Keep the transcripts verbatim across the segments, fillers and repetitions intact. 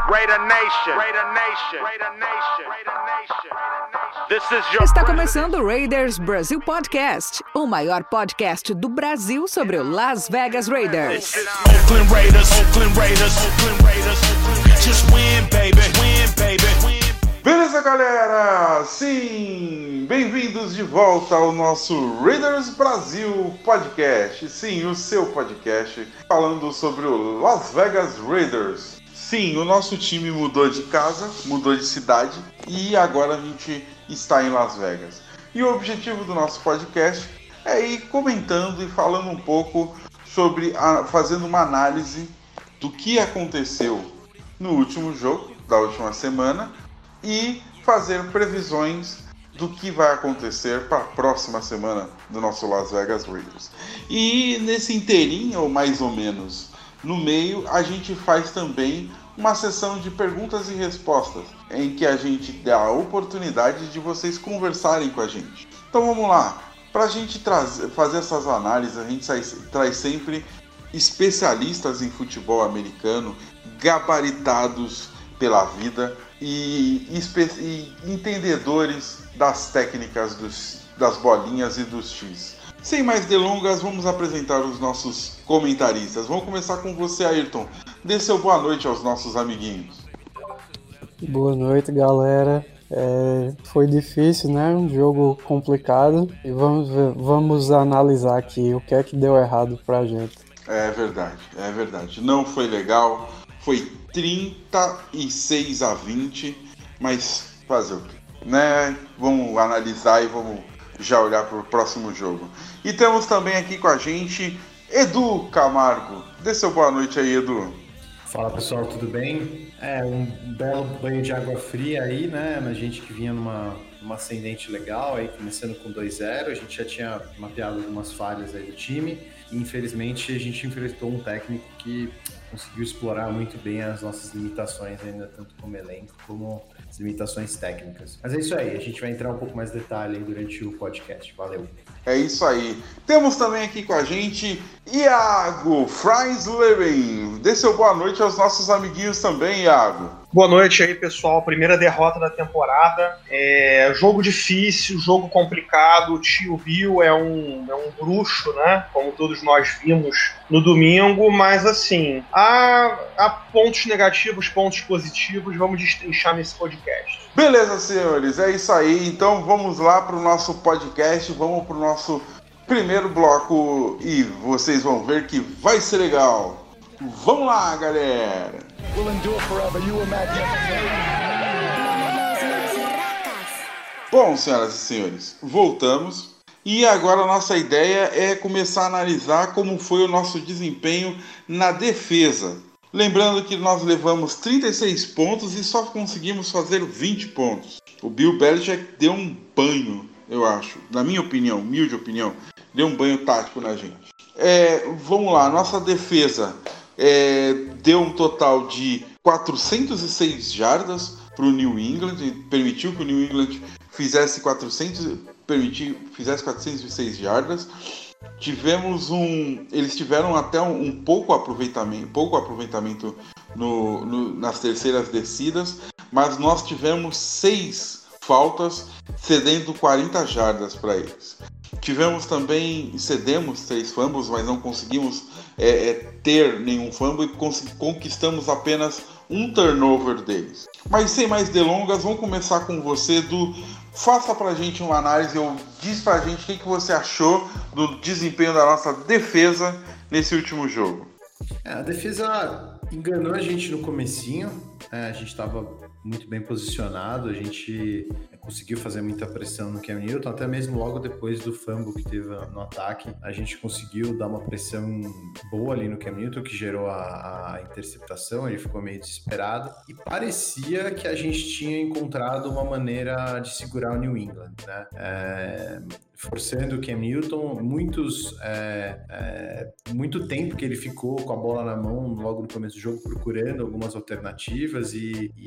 Raider Nation, Raider Nation, Raider Nation, Raider Nation. This is your Está começando o Raiders Brasil Podcast, o maior podcast do Brasil sobre o Las Vegas Raiders. Oakland Raiders, Oakland Raiders, Oakland Raiders, just win, baby, win, baby, win. Beleza, galera? Sim, bem-vindos de volta ao nosso Raiders Brasil Podcast. Sim, o seu podcast falando sobre o Las Vegas Raiders. Sim, o nosso time mudou de casa, mudou de cidade e agora a gente está em Las Vegas. E o objetivo do nosso podcast é ir comentando e falando um pouco sobre, a, fazendo uma análise do que aconteceu no último jogo da última semana e fazer previsões do que vai acontecer para a próxima semana do nosso Las Vegas Raiders. E nesse inteirinho, ou mais ou menos no meio, a gente faz também uma sessão de perguntas e respostas, em que a gente dá a oportunidade de vocês conversarem com a gente. Então vamos lá, para a gente trazer, fazer essas análises, a gente traz sempre especialistas em futebol americano, gabaritados pela vida, E, e entendedores das técnicas dos, das bolinhas e dos X. Sem mais delongas, vamos apresentar os nossos comentaristas. Vamos começar com você, Ayrton. Dê seu boa noite aos nossos amiguinhos. Boa noite, galera. É, foi difícil, né? Um jogo complicado. E vamos, ver, vamos analisar aqui o que é que deu errado pra gente. É verdade, é verdade. Não foi legal. Foi trinta e seis a vinte, mas fazer o quê? Né? Vamos analisar e vamos já olhar para o próximo jogo. E temos também aqui com a gente Edu Camargo. Dê seu boa noite aí, Edu. Fala, pessoal, tudo bem? É, um belo banho de água fria aí, né? A gente que vinha numa, numa ascendente legal, aí começando com dois a zero, a gente já tinha mapeado algumas falhas aí do time e infelizmente a gente enfrentou um técnico que conseguiu explorar muito bem as nossas limitações, ainda tanto como elenco, como as limitações técnicas. Mas é isso aí, a gente vai entrar um pouco mais em detalhe durante o podcast. Valeu! É isso aí. Temos também aqui com a gente Iago Freisleben. Dê seu boa noite aos nossos amiguinhos também, Iago. Boa noite aí, pessoal. Primeira derrota da temporada. É jogo difícil, jogo complicado. O tio Bill é um, é um bruxo, né? Como todos nós vimos no domingo. Mas, assim, há, há pontos negativos, pontos positivos. Vamos destrinchar nesse podcast. Beleza, senhores. É isso aí. Então, vamos lá para o nosso podcast. Vamos para o nosso primeiro bloco e vocês vão ver que vai ser legal. Vamos lá, galera! Bom, senhoras e senhores, voltamos. E agora a nossa ideia é começar a analisar como foi o nosso desempenho na defesa. Lembrando que nós levamos trinta e seis pontos e só conseguimos fazer vinte pontos. O Bill Belichick deu um banho, eu acho, na minha opinião, humilde opinião, deu um banho tático na gente. É, vamos lá, nossa defesa é, deu um total de quatrocentas e seis jardas para o New England, permitiu que o New England fizesse quatrocentos, permitiu, fizesse quatrocentas e seis jardas. Tivemos um, eles tiveram até um, um pouco aproveitamento, pouco aproveitamento no, no, nas terceiras descidas, mas nós tivemos seis faltas, cedendo quarenta jardas para eles. Tivemos também, cedemos três fumbles, mas não conseguimos é, é, ter nenhum fumble e cons- conquistamos apenas um turnover deles. Mas sem mais delongas, vamos começar com você, Edu. Faça pra gente uma análise, ou diz pra gente o que, que você achou do desempenho da nossa defesa nesse último jogo. É, a defesa enganou a gente no comecinho, é, a gente estava muito bem posicionado, a gente conseguiu fazer muita pressão no Cam Newton, até mesmo logo depois do fumble que teve no ataque, a gente conseguiu dar uma pressão boa ali no Cam Newton, que gerou a, a interceptação, ele ficou meio desesperado, e parecia que a gente tinha encontrado uma maneira de segurar o New England, né? É, forçando o Cam Newton, muitos, é, é, muito tempo que ele ficou com a bola na mão logo no começo do jogo, procurando algumas alternativas, e, e a gente estava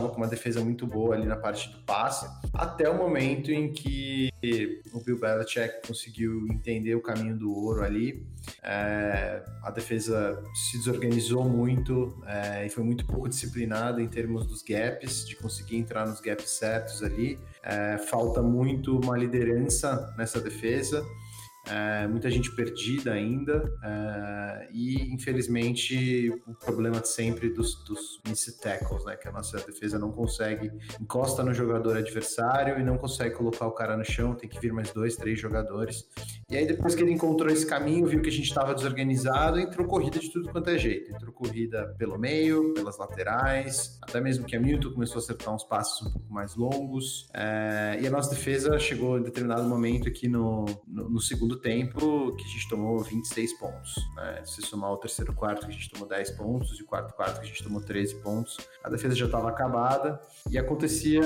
estava com uma defesa muito boa ali na parte do passe, até o momento em que o Bill Belichick conseguiu entender o caminho do ouro ali. É, a defesa se desorganizou muito é, e foi muito pouco disciplinada em termos dos gaps, de conseguir entrar nos gaps certos ali. É, falta muito uma liderança nessa defesa. É, muita gente perdida ainda é, e infelizmente o problema de sempre dos, dos missed tackles, né, que a nossa defesa não consegue, encosta no jogador adversário e não consegue colocar o cara no chão, tem que vir mais dois, três jogadores. E aí depois que ele encontrou esse caminho, viu que a gente estava desorganizado, entrou corrida de tudo quanto é jeito, entrou corrida pelo meio, pelas laterais, até mesmo que a Milton começou a acertar uns passos um pouco mais longos, é, e a nossa defesa chegou em determinado momento aqui no, no, no segundo tempo que a gente tomou vinte e seis pontos, né? Se somar o terceiro quarto que a gente tomou dez pontos e o quarto quarto que a gente tomou treze pontos, a defesa já estava acabada e acontecia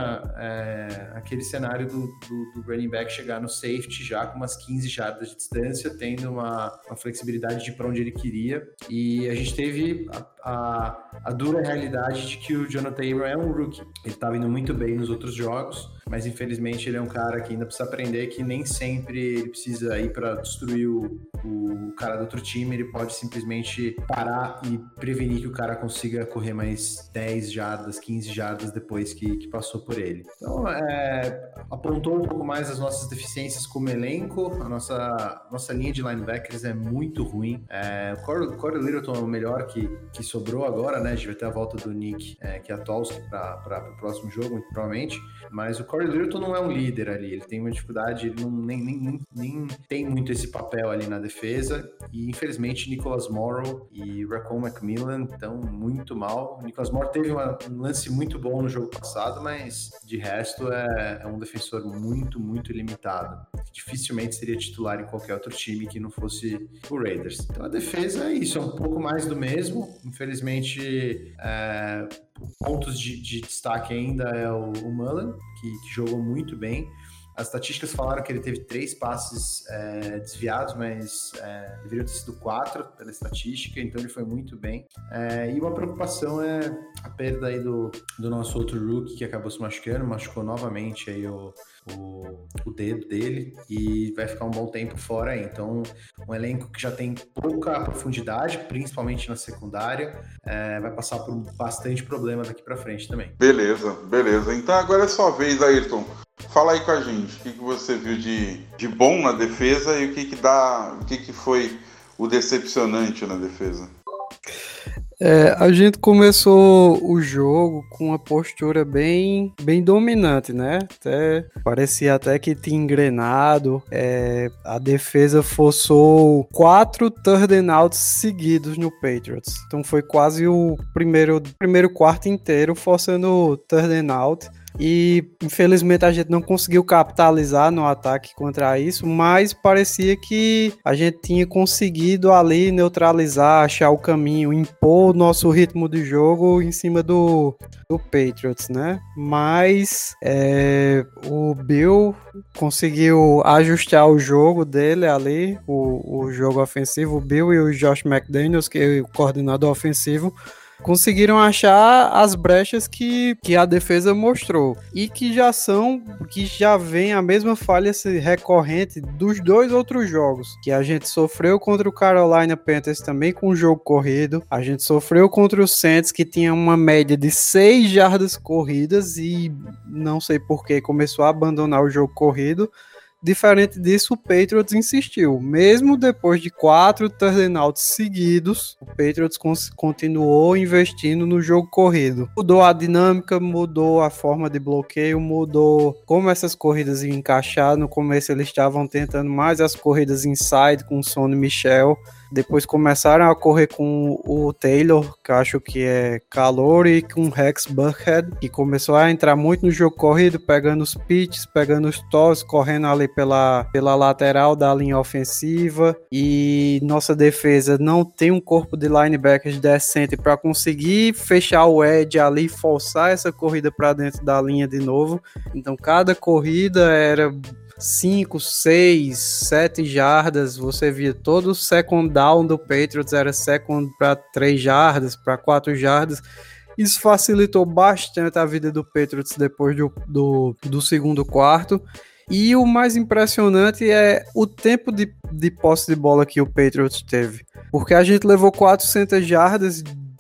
é, aquele cenário do, do, do running back chegar no safety já com umas quinze jardas de distância, tendo uma, uma flexibilidade de para onde ele queria, e a gente teve a, a, a dura realidade de que o Jonathan Abram é um rookie. Ele estava indo muito bem nos outros jogos, mas infelizmente ele é um cara que ainda precisa aprender que nem sempre ele precisa ir para destruir o, o cara do outro time, ele pode simplesmente parar e prevenir que o cara consiga correr mais dez jardas, quinze jardas depois que, que passou por ele. Então, é, apontou um pouco mais as nossas deficiências como elenco. A nossa, nossa linha de linebackers é muito ruim. É, o Corey, Corey Littleton é o melhor que, que sobrou agora, né? A gente vai ter a volta do Nick é, Kiatowski para o próximo jogo, muito provavelmente, mas o Corey Littleton não é um líder ali, ele tem uma dificuldade, ele não, nem, nem, nem, nem tem muito esse papel ali na defesa, e infelizmente Nicholas Morrow e Raquan McMillan estão muito mal. O Nicholas Morrow teve uma, um lance muito bom no jogo passado, mas de resto é, é um defensor muito, muito limitado, dificilmente seria titular em qualquer outro time que não fosse o Raiders. Então a defesa é isso, é um pouco mais do mesmo, infelizmente é, pontos de, de destaque ainda é o, o Mullen, que, que jogou muito bem. As estatísticas falaram que ele teve três passes é, desviados, mas é, deveriam ter sido quatro pela estatística, então ele foi muito bem. É, e uma preocupação é a perda aí do, do nosso outro rookie, que acabou se machucando, machucou novamente aí o, o, o dedo dele e vai ficar um bom tempo fora aí. Então, um elenco que já tem pouca profundidade, principalmente na secundária, é, vai passar por bastante problema daqui para frente também. Beleza, beleza. Então agora é sua vez, Ayrton. Fala aí com a gente, o que, que você viu de, de bom na defesa e o que, que dá, o que, que foi o decepcionante na defesa? É, a gente começou o jogo com uma postura bem, bem dominante, né? Até, parecia até que tinha engrenado. É, a defesa forçou quatro third and outs seguidos no Patriots. Então foi quase o primeiro, primeiro quarto inteiro forçando third and out. E infelizmente a gente não conseguiu capitalizar no ataque contra isso, mas parecia que a gente tinha conseguido ali neutralizar, achar o caminho, impor o nosso ritmo de jogo em cima do, do Patriots, né? Mas é, o Bill conseguiu ajustar o jogo dele ali, o, o jogo ofensivo, o Bill e o Josh McDaniels, que é o coordenador ofensivo, conseguiram achar as brechas que, que a defesa mostrou e que já são, que já vem a mesma falha recorrente dos dois outros jogos, que a gente sofreu contra o Carolina Panthers também com o jogo corrido, a gente sofreu contra o Saints, que tinha uma média de seis jardas corridas e não sei por que começou a abandonar o jogo corrido. Diferente disso, o Patriots insistiu. Mesmo depois de quatro third outs seguidos, o Patriots continuou investindo no jogo corrido. Mudou a dinâmica, mudou a forma de bloqueio, mudou como essas corridas iam encaixar. No começo eles estavam tentando mais as corridas inside com o Sonny Michel. Depois começaram a correr com o Taylor, que eu acho que é calor, e com o Rex Burkhead, que começou a entrar muito no jogo corrido, pegando os pitches, pegando os toss, correndo ali pela, pela lateral da linha ofensiva. E nossa defesa não tem um corpo de linebackers decente para conseguir fechar o edge ali e forçar essa corrida para dentro da linha de novo. Então cada corrida era cinco, seis, sete jardas, você via todo o second down do Patriots, era second para três jardas, para quatro jardas, Isso facilitou bastante a vida do Patriots depois do, do, do segundo quarto. E o mais impressionante é o tempo de, de posse de bola que o Patriots teve. Porque a gente levou quatrocentas jardas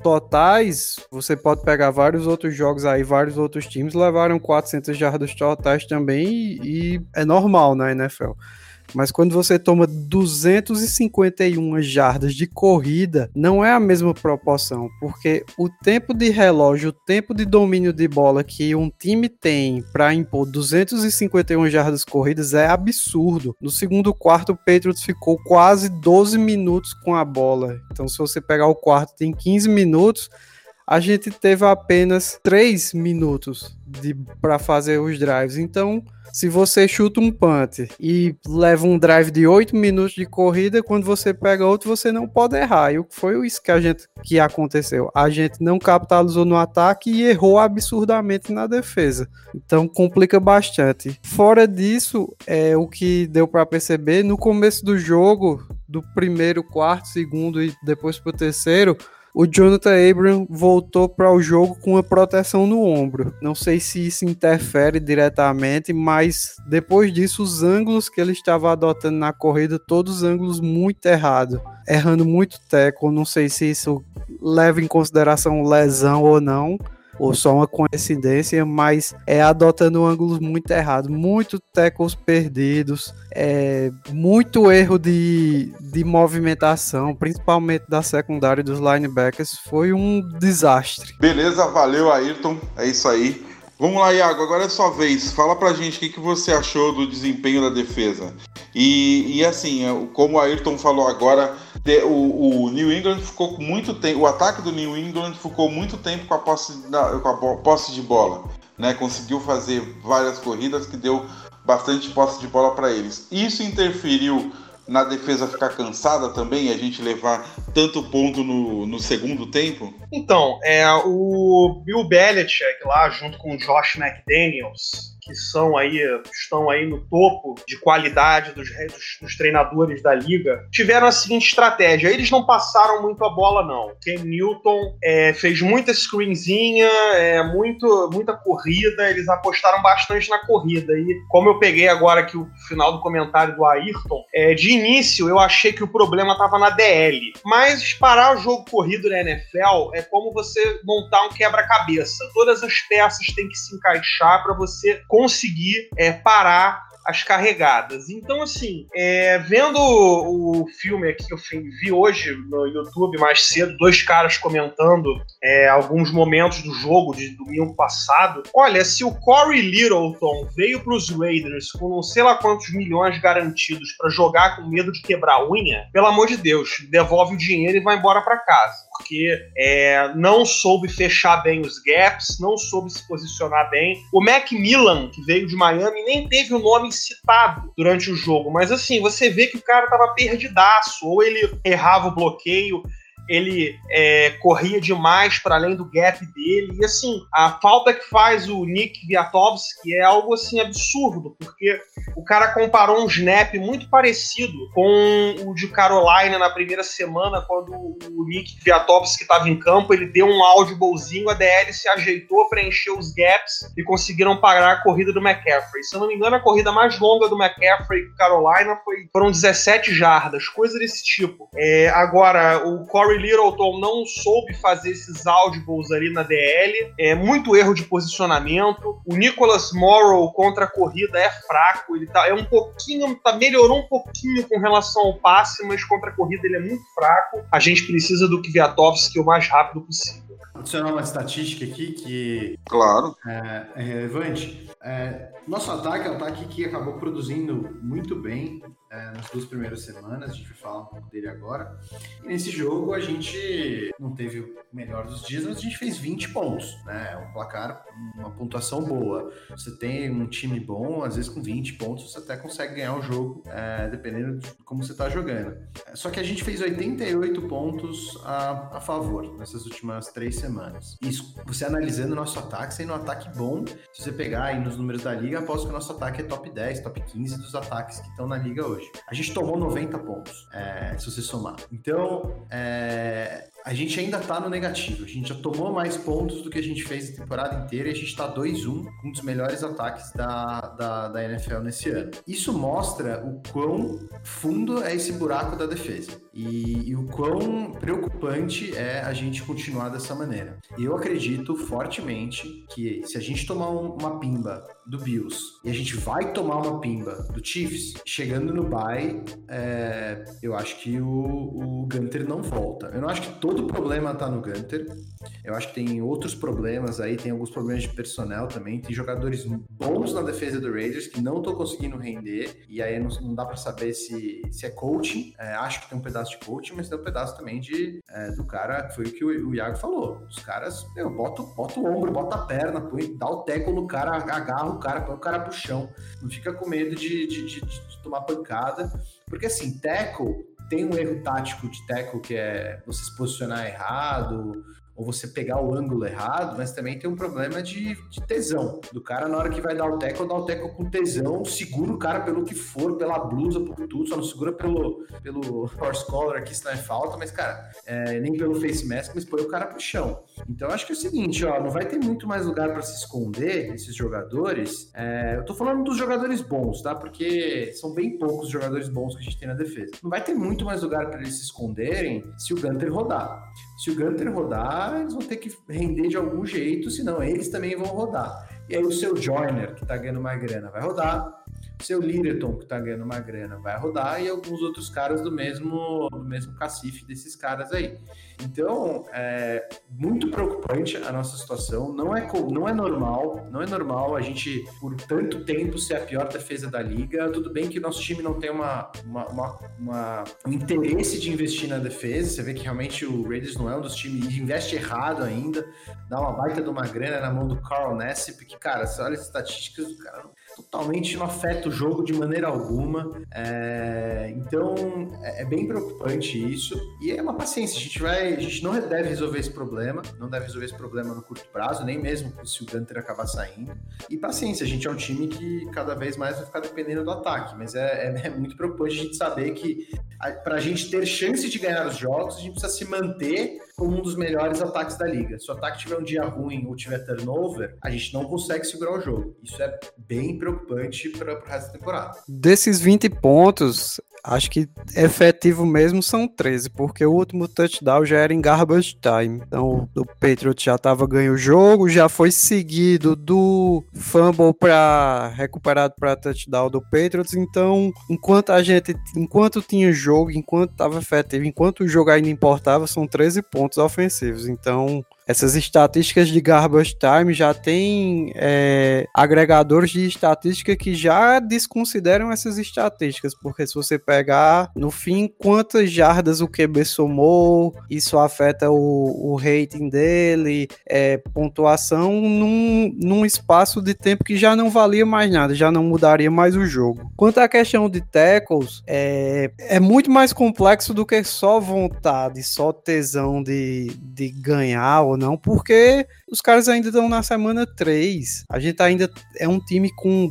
totais. Você pode pegar vários outros jogos aí, vários outros times levaram quatrocentas jardas totais também. E, e é normal na N F L. Mas quando você toma duzentas e cinquenta e uma jardas de corrida, não é a mesma proporção, porque o tempo de relógio, o tempo de domínio de bola que um time tem para impor duzentas e cinquenta e uma jardas corridas é absurdo. No segundo quarto, o Patriots ficou quase doze minutos com a bola. Então, se você pegar o quarto, tem quinze minutos, a gente teve apenas três minutos para fazer os drives. Então, se você chuta um punt e leva um drive de oito minutos de corrida, quando você pega outro, você não pode errar. E foi isso que, a gente, que aconteceu. A gente não capitalizou no ataque e errou absurdamente na defesa. Então, complica bastante. Fora disso, é o que deu para perceber, no começo do jogo, do primeiro, quarto, segundo e depois pro terceiro, o Jonathan Abram voltou para o jogo com uma proteção no ombro. Não sei se isso interfere diretamente, mas depois disso, os ângulos que ele estava adotando na corrida, todos os ângulos muito errados, errando muito tackle. Não sei se isso leva em consideração lesão ou não, ou só uma coincidência, mas é adotando ângulos muito errados, muito tackles perdidos, é, muito erro de, de movimentação, principalmente da secundária e dos linebackers. Foi um desastre. Beleza, valeu, Ayrton, é isso aí. Vamos lá, Iago, agora é sua vez. Fala pra gente o que, que você achou do desempenho da defesa. E, e assim, como o Ayrton falou agora, o, o New England ficou muito tempo, o ataque do New England ficou muito tempo com a posse, da, com a posse de bola, né? Conseguiu fazer várias corridas que deu bastante posse de bola para eles. Isso interferiu na defesa ficar cansada também, a gente levar tanto ponto no, no segundo tempo? Então, é, o Bill Belichick lá, junto com o Josh McDaniels, que são aí, estão aí no topo de qualidade dos, dos, dos treinadores da liga, tiveram a seguinte estratégia. Eles não passaram muito a bola, não. Cam Newton é, fez muita screenzinha, é, muito, muita corrida, eles apostaram bastante na corrida. E como eu peguei agora aqui o final do comentário do Ayrton, é, de início eu achei que o problema estava na D L. Mas parar o jogo corrido na N F L é como você montar um quebra-cabeça. Todas as peças têm que se encaixar para você conseguir é, parar as carregadas. Então, assim, é, vendo o, o filme aqui que eu vi hoje no YouTube mais cedo, dois caras comentando é, alguns momentos do jogo de domingo passado, olha, se o Corey Littleton veio para os Raiders com não sei lá quantos milhões garantidos para jogar com medo de quebrar unha, pelo amor de Deus, devolve o dinheiro e vai embora para casa. Porque é, não soube fechar bem os gaps, não soube se posicionar bem. O Macmillan, que veio de Miami, nem teve o nome citado durante o jogo. Mas assim, você vê que o cara tava perdidaço. Ou ele errava o bloqueio, ele é, corria demais para além do gap dele. E assim, a falta que faz o Nick Viatovsky é algo assim absurdo, porque o cara comparou um snap muito parecido com o de Carolina na primeira semana, quando o Nick Viatovsky estava em campo. Ele deu um audiblezinho, a D L se ajeitou, preencheu os gaps e conseguiram parar a corrida do McCaffrey. Se eu não me engano, a corrida mais longa do McCaffrey com Carolina foi, foram dezessete jardas, coisa desse tipo. É, agora, o Corey Littleton não soube fazer esses audibles ali na D L, é muito erro de posicionamento. O Nicholas Morrow contra a corrida é fraco, ele tá, é um pouquinho, tá, melhorou um pouquinho com relação ao passe, mas contra a corrida ele é muito fraco. A gente precisa do Kwiatkowski o mais rápido possível. Adicionar uma estatística aqui que claro. é, é relevante. É, nosso ataque é um ataque que acabou produzindo muito bem é, nas duas primeiras semanas, a gente vai falar um pouco dele agora. E nesse jogo a gente não teve o melhor dos dias, mas a gente fez vinte pontos, né? Um placar, uma pontuação boa. Você tem um time bom, às vezes com vinte pontos você até consegue ganhar o jogo, é, dependendo de como você está jogando. Só que a gente fez oitenta e oito pontos a, a favor nessas últimas três semanas. Isso, você analisando o nosso ataque, sendo um ataque bom, se você pegar aí nos números da liga, aposto que o nosso ataque é top dez, top quinze dos ataques que estão na liga hoje. A gente tomou noventa pontos, é, se você somar. Então, é, a gente ainda tá no negativo. A gente já tomou mais pontos do que a gente fez a temporada inteira e a gente tá dois a um, um dos melhores ataques da, da, da N F L nesse ano. Isso mostra o quão fundo é esse buraco da defesa e, e o quão preocupante é a gente continuar dessa maneira. E eu acredito fortemente que se a gente tomar um, uma pimba do Bills e a gente vai tomar uma pimba do Chiefs, chegando no bye, é, eu acho que o, o Gunter não volta. Eu não acho que todo o problema tá no Gunter. Eu acho que tem outros problemas aí, tem alguns problemas de personnel também, tem jogadores bons na defesa do Raiders que não estão conseguindo render, e aí não, não dá pra saber se, se é coaching. É, acho que tem um pedaço de coaching, mas tem um pedaço também de, é, do cara, foi o que o, o Iago falou. Os caras, meu, bota, bota o ombro, bota a perna, põe, dá o tackle no cara, agarra o cara, põe o cara pro chão. Não fica com medo de, de, de, de tomar pancada, porque assim, tackle, tem um erro tático de tackle que é você se posicionar errado, ou você pegar o ângulo errado, mas também tem um problema de, de tesão. Do cara, na hora que vai dar o tackle, dá o tackle com tesão, segura o cara pelo que for, pela blusa, por tudo, só não segura pelo, pelo horse collar aqui, se não é falta, mas, cara, é, nem pelo face mask, mas põe o cara pro chão. Então, eu acho que é o seguinte, ó, não vai ter muito mais lugar para se esconder, esses jogadores. É, eu tô falando dos jogadores bons, tá? Porque são bem poucos os jogadores bons que a gente tem na defesa. Não vai ter muito mais lugar para eles se esconderem se o Gunter rodar. Se o Gunter rodar, eles vão ter que render de algum jeito, senão eles também vão rodar. E aí o seu Joyner, que tá ganhando uma grana, vai rodar. O seu Littleton, que tá ganhando uma grana, vai rodar. E alguns outros caras do mesmo, do mesmo cacife desses caras aí. Então, é muito preocupante a nossa situação. Não é, não é normal, não é normal a gente, por tanto tempo, ser a pior defesa da liga. Tudo bem que o nosso time não tem uma, uma, uma, uma, um interesse de investir na defesa. Você vê que realmente o Raiders não é um dos times, investe errado ainda, dá uma baita de uma grana na mão do Carl Nassib, que, cara, você olha as estatísticas do cara, totalmente não afeta o jogo de maneira alguma. É, então, é, é bem preocupante isso. E é uma paciência, a gente vai a gente não deve resolver esse problema, não deve resolver esse problema no curto prazo, nem mesmo se o Gunter acabar saindo. E paciência, a gente é um time que cada vez mais vai ficar dependendo do ataque, mas é, é, é muito preocupante a gente saber que para a gente ter chance de ganhar os jogos, a gente precisa se manter como um dos melhores ataques da liga. Se o ataque tiver um dia ruim ou tiver turnover, a gente não consegue segurar o jogo. Isso é bem preocupante para o resto da temporada. Desses vinte pontos, acho que efetivo mesmo são treze, porque o último touchdown já era em garbage time. Então, o Patriots já estava ganho o jogo, já foi seguido do fumble para recuperado para touchdown do Patriots. Então, enquanto a gente, enquanto tinha jogo, enquanto estava efetivo, enquanto o jogo ainda importava, são treze pontos ofensivos. Então, essas estatísticas de garbage time já tem é, agregadores de estatística que já desconsideram essas estatísticas, porque se você pegar, no fim, quantas jardas o Q B somou, isso afeta o, o rating dele, é, pontuação num, num espaço de tempo que já não valia mais nada, já não mudaria mais o jogo. Quanto à questão de tackles, é, é muito mais complexo do que só vontade, só tesão de, de ganhar ou não, porque os caras ainda estão na semana três. A gente ainda é um time com,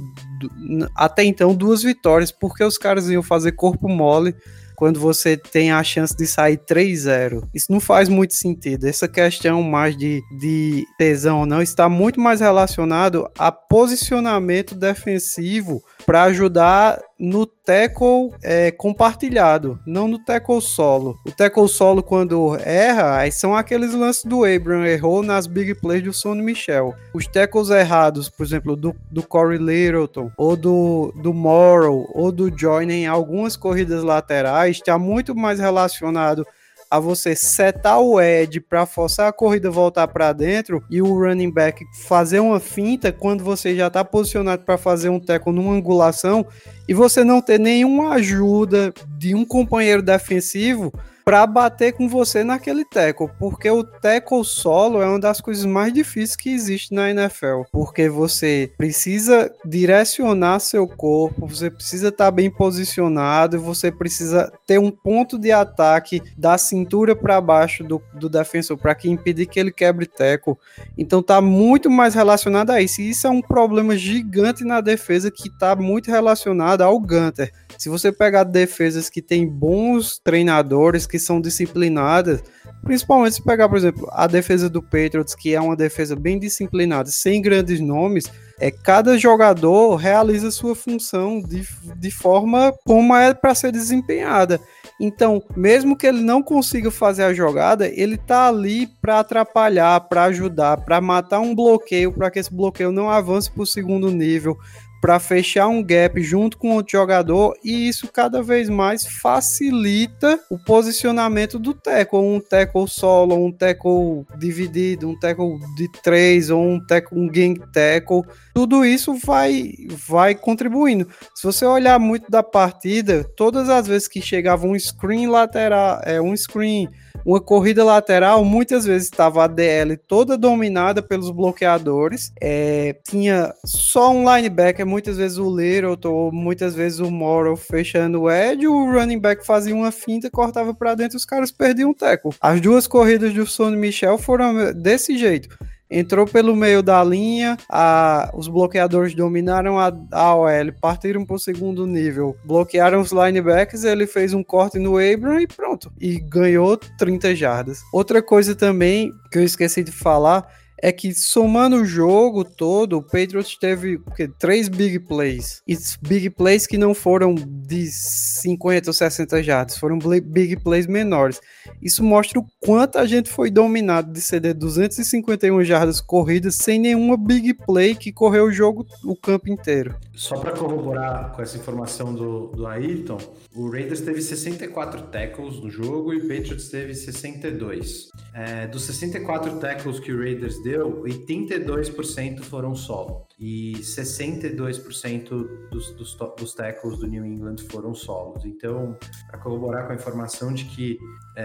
até então, duas vitórias, porque os caras iam fazer corpo mole quando você tem a chance de sair três a zero. Isso não faz muito sentido. Essa questão mais de, de tesão ou não está muito mais relacionado a posicionamento defensivo para ajudar no tackle é, compartilhado, não no tackle solo. O tackle solo, quando erra, aí são aqueles lances do Abram, errou nas big plays do Sonny Michel. Os tackles errados, por exemplo, do, do Corey Littleton, ou do, do Morrow, ou do Joyner em algumas corridas laterais, está muito mais relacionado a você setar o edge para forçar a corrida voltar para dentro e o running back fazer uma finta quando você já está posicionado para fazer um tackle numa angulação e você não ter nenhuma ajuda de um companheiro defensivo para bater com você naquele tackle, porque o tackle solo é uma das coisas mais difíceis que existe na N F L, porque você precisa direcionar seu corpo, você precisa estar bem posicionado, você precisa ter um ponto de ataque da cintura para baixo do, do defensor, para que impedir que ele quebre tackle. Então tá muito mais relacionado a isso, e isso é um problema gigante na defesa que tá muito relacionado ao Gunter. Se você pegar defesas que tem bons treinadores, que são disciplinadas, Principalmente se pegar, por exemplo, a defesa do Patriots, que é uma defesa bem disciplinada, sem grandes nomes, é, cada jogador realiza sua função de, de forma como é para ser desempenhada. Então, mesmo que ele não consiga fazer a jogada, ele tá ali para atrapalhar, para ajudar, para matar um bloqueio, para que esse bloqueio não avance para o segundo nível, para fechar um gap junto com outro jogador, e isso cada vez mais facilita o posicionamento do tackle, um tackle solo, um tackle dividido, um tackle de três, ou um, tackle, um gang tackle, tudo isso vai, vai contribuindo. Se você olhar muito da partida, todas as vezes que chegava um screen lateral, é, um screen, uma corrida lateral, muitas vezes estava a D L toda dominada pelos bloqueadores, é, tinha só um linebacker, muitas vezes o Little, ou muitas vezes o Morrow fechando o edge, o running back fazia uma finta, cortava para dentro, os caras perdiam o tackle. As duas corridas do Sonny Michel foram desse jeito. Entrou pelo meio da linha, a, os bloqueadores dominaram a, a O L, partiram para o segundo nível, bloquearam os linebackers, ele fez um corte no Abram e pronto. E ganhou trinta jardas. Outra coisa também que eu esqueci de falar é que, somando o jogo todo, o Patriots teve porque, três big plays. E big plays que não foram de cinquenta ou sessenta jardas, foram big plays menores. Isso mostra o quanto a gente foi dominado de ceder duzentas e cinquenta e uma jardas corridas sem nenhuma big play que correu o jogo, o campo inteiro. Só para corroborar com essa informação do, do Ayrton, o Raiders teve sessenta e quatro tackles no jogo e o Patriots teve sessenta e dois. É, dos sessenta e quatro tackles que o Raiders deu, oitenta e dois por cento foram solo. E sessenta e dois por cento dos, dos, dos tackles do New England foram solos. Então, para corroborar com a informação de que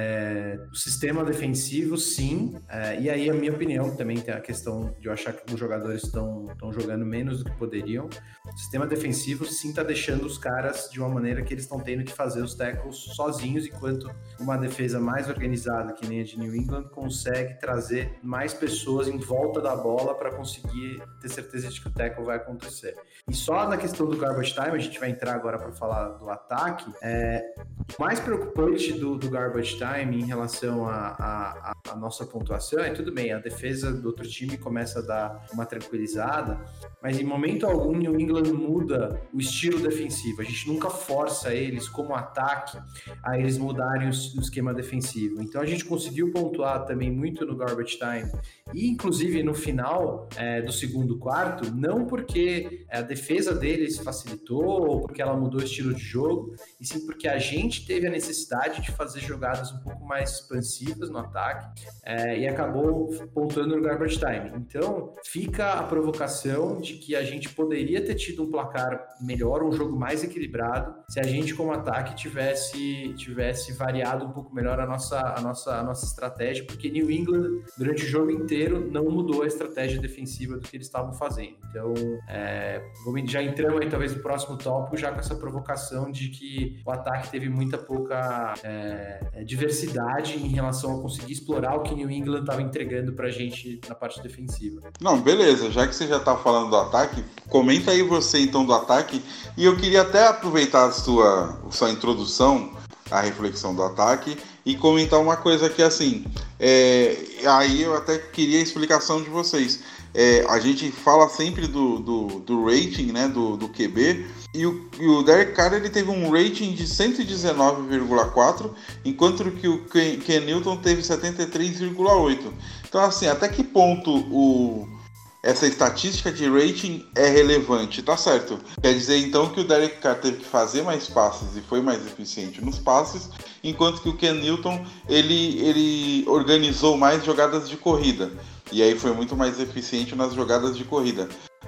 é, o sistema defensivo, sim, é, e aí a minha opinião também tem a questão de eu achar que os jogadores estão jogando menos do que poderiam. O sistema defensivo, sim, está deixando os caras de uma maneira que eles estão tendo que fazer os tackles sozinhos, enquanto uma defesa mais organizada, que nem a de New England, consegue trazer mais pessoas em volta da bola para conseguir ter certeza de que o tackle vai acontecer. E só na questão do garbage time, a gente vai entrar agora para falar do ataque, é, o mais preocupante do, do garbage time em relação à nossa pontuação é, tudo bem, a defesa do outro time começa a dar uma tranquilizada, mas em momento algum New England muda o estilo defensivo. A gente nunca força eles, como ataque, a eles mudarem o, o esquema defensivo. Então a gente conseguiu pontuar também muito no garbage time e inclusive no final é, do segundo quarto, não porque a defesa deles facilitou ou porque ela mudou o estilo de jogo, e sim porque a gente teve a necessidade de fazer jogadas um pouco mais expansivas no ataque é, e acabou pontuando no garbage time. Então fica a provocação de que a gente poderia ter tido um placar melhor, um jogo mais equilibrado, se a gente como ataque tivesse, tivesse variado um pouco melhor a nossa, a, nossa, a nossa estratégia, porque New England durante o jogo inteiro não mudou a estratégia defensiva do que eles estavam fazendo. Então é, já entramos aí talvez no próximo tópico já com essa provocação de que o ataque teve muita pouca é, diversidade em relação a conseguir explorar o que New England estava entregando pra gente na parte defensiva. Não, beleza, já que você já tá falando do ataque, comenta aí você então do ataque, e eu queria até aproveitar a sua, a sua introdução, a reflexão do ataque, e comentar uma coisa que assim, é, aí eu até queria a explicação de vocês. É, a gente fala sempre do, do, do rating, né, do, do Q B, e o, e o Derek Carr ele teve um rating de cento e dezenove vírgula quatro, enquanto que o Ken, Ken Newton teve setenta e três vírgula oito. Então assim, até que ponto o, essa estatística de rating é relevante? Tá certo, quer dizer então que o Derek Carr teve que fazer mais passes e foi mais eficiente nos passes, enquanto que o Ken Newton ele, ele organizou mais jogadas de corrida. E aí foi muito mais eficiente nas jogadas de corrida.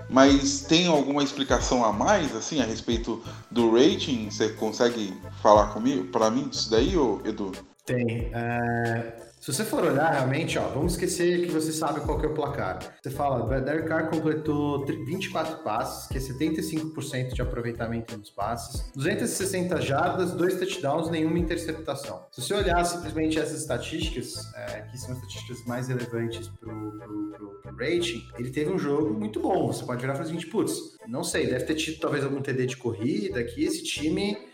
Mas tem alguma explicação a mais, assim, a respeito do rating? Você consegue falar comigo, para mim, disso daí, ô, Edu? Tem. É... Se você for olhar realmente, ó, vamos esquecer que você sabe qual que é o placar. Você fala, o Derek Carr completou vinte e quatro passes, que é setenta e cinco por cento de aproveitamento nos passes, duzentas e sessenta jardas, dois touchdowns, nenhuma interceptação. Se você olhar simplesmente essas estatísticas, é, que são as estatísticas mais relevantes pro, pro, pro, pro rating, ele teve um jogo muito bom. Você pode virar e falar assim, putz, não sei, deve ter tido talvez algum T D de corrida aqui, esse time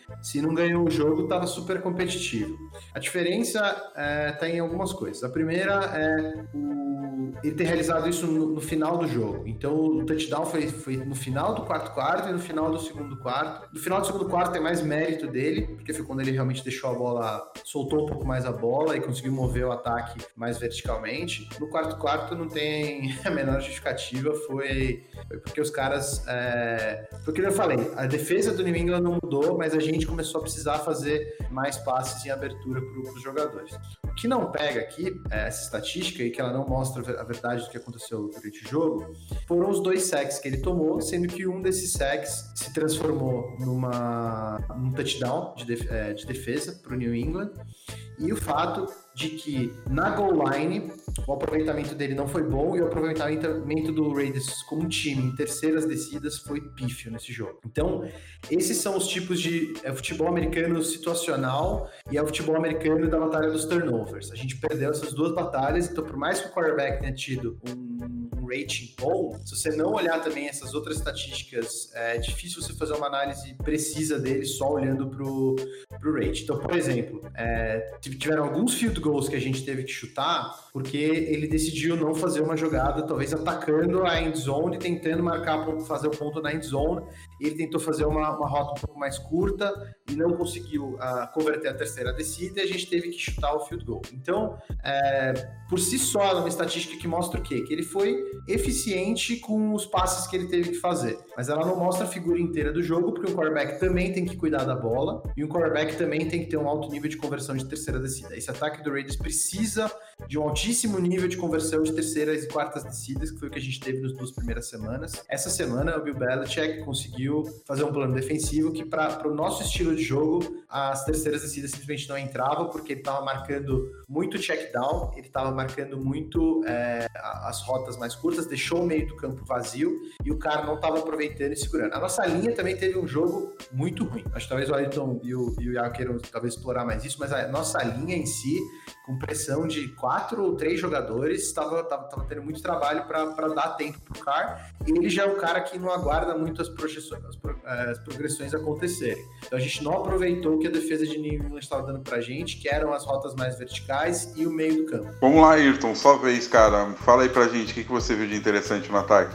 se não ganhou o jogo, estava super competitivo. A diferença está é, em algumas coisas. A primeira é o, ele ter realizado isso no, no final do jogo. Então, o touchdown foi, foi no final do quarto quarto e no final do segundo quarto. No final do segundo quarto tem mais mérito dele, porque foi quando ele realmente deixou a bola, soltou um pouco mais a bola e conseguiu mover o ataque mais verticalmente. No quarto quarto não tem a menor justificativa, foi, foi porque os caras... É, foi o que eu falei, a defesa do New England não mudou, mas a gente começou a precisar fazer mais passes em abertura para os jogadores. O que não pega aqui, é, essa estatística, e que ela não mostra a verdade do que aconteceu durante o jogo, foram os dois sacks que ele tomou, sendo que um desses sacks se transformou numa, num touchdown de, def, é, de defesa para o New England, e o fato de que na goal line o aproveitamento dele não foi bom e o aproveitamento do Raiders como time em terceiras descidas foi pífio nesse jogo. Então, esses são os tipos de é, futebol americano situacional e é o futebol americano da batalha dos turnovers. A gente perdeu essas duas batalhas, então por mais que o quarterback tenha tido um, um rating bom, se você não olhar também essas outras estatísticas, é difícil você fazer uma análise precisa dele só olhando pro, pro rating. Então, por exemplo, é, tiveram alguns field goals que a gente teve que chutar porque ele decidiu não fazer uma jogada, talvez atacando a end zone, tentando marcar, fazer o ponto na end zone. Ele tentou fazer uma, uma rota um pouco mais curta e não conseguiu uh, converter a terceira descida e a gente teve que chutar o field goal. Então, é, por si só, é uma estatística que mostra o quê? Que ele foi eficiente com os passes que ele teve que fazer. Mas ela não mostra a figura inteira do jogo, porque um quarterback também tem que cuidar da bola e um quarterback também tem que ter um alto nível de conversão de terceira descida. Esse ataque do Raiders precisa de um altíssimo nível de conversão de terceiras e quartas descidas, que foi o que a gente teve nas duas primeiras semanas. Essa semana, o Bill Belichick conseguiu fazer um plano defensivo que, para o nosso estilo de jogo, as terceiras descidas simplesmente não entravam, porque ele estava marcando muito check down, ele estava marcando muito é, as rotas mais curtas, deixou o meio do campo vazio e o cara não estava aproveitando e segurando. A nossa linha também teve um jogo muito ruim. Acho que talvez o Ayrton e o, e o Iago queiram talvez explorar mais isso, mas a nossa linha em si, com pressão de quatro ou três jogadores, estava tava, tava tendo muito trabalho para dar tempo para o Carr, e ele já é um cara que não aguarda muito as, projeções, as, pro, as progressões acontecerem. Então a gente não aproveitou o que a defesa de New England estava dando para a gente, que eram as rotas mais verticais e o meio do campo. Vamos lá, Ayrton, só vez, cara. Fala aí pra gente o que, que você viu de interessante no ataque.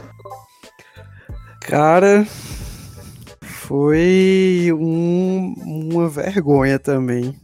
Cara, foi um, uma vergonha também,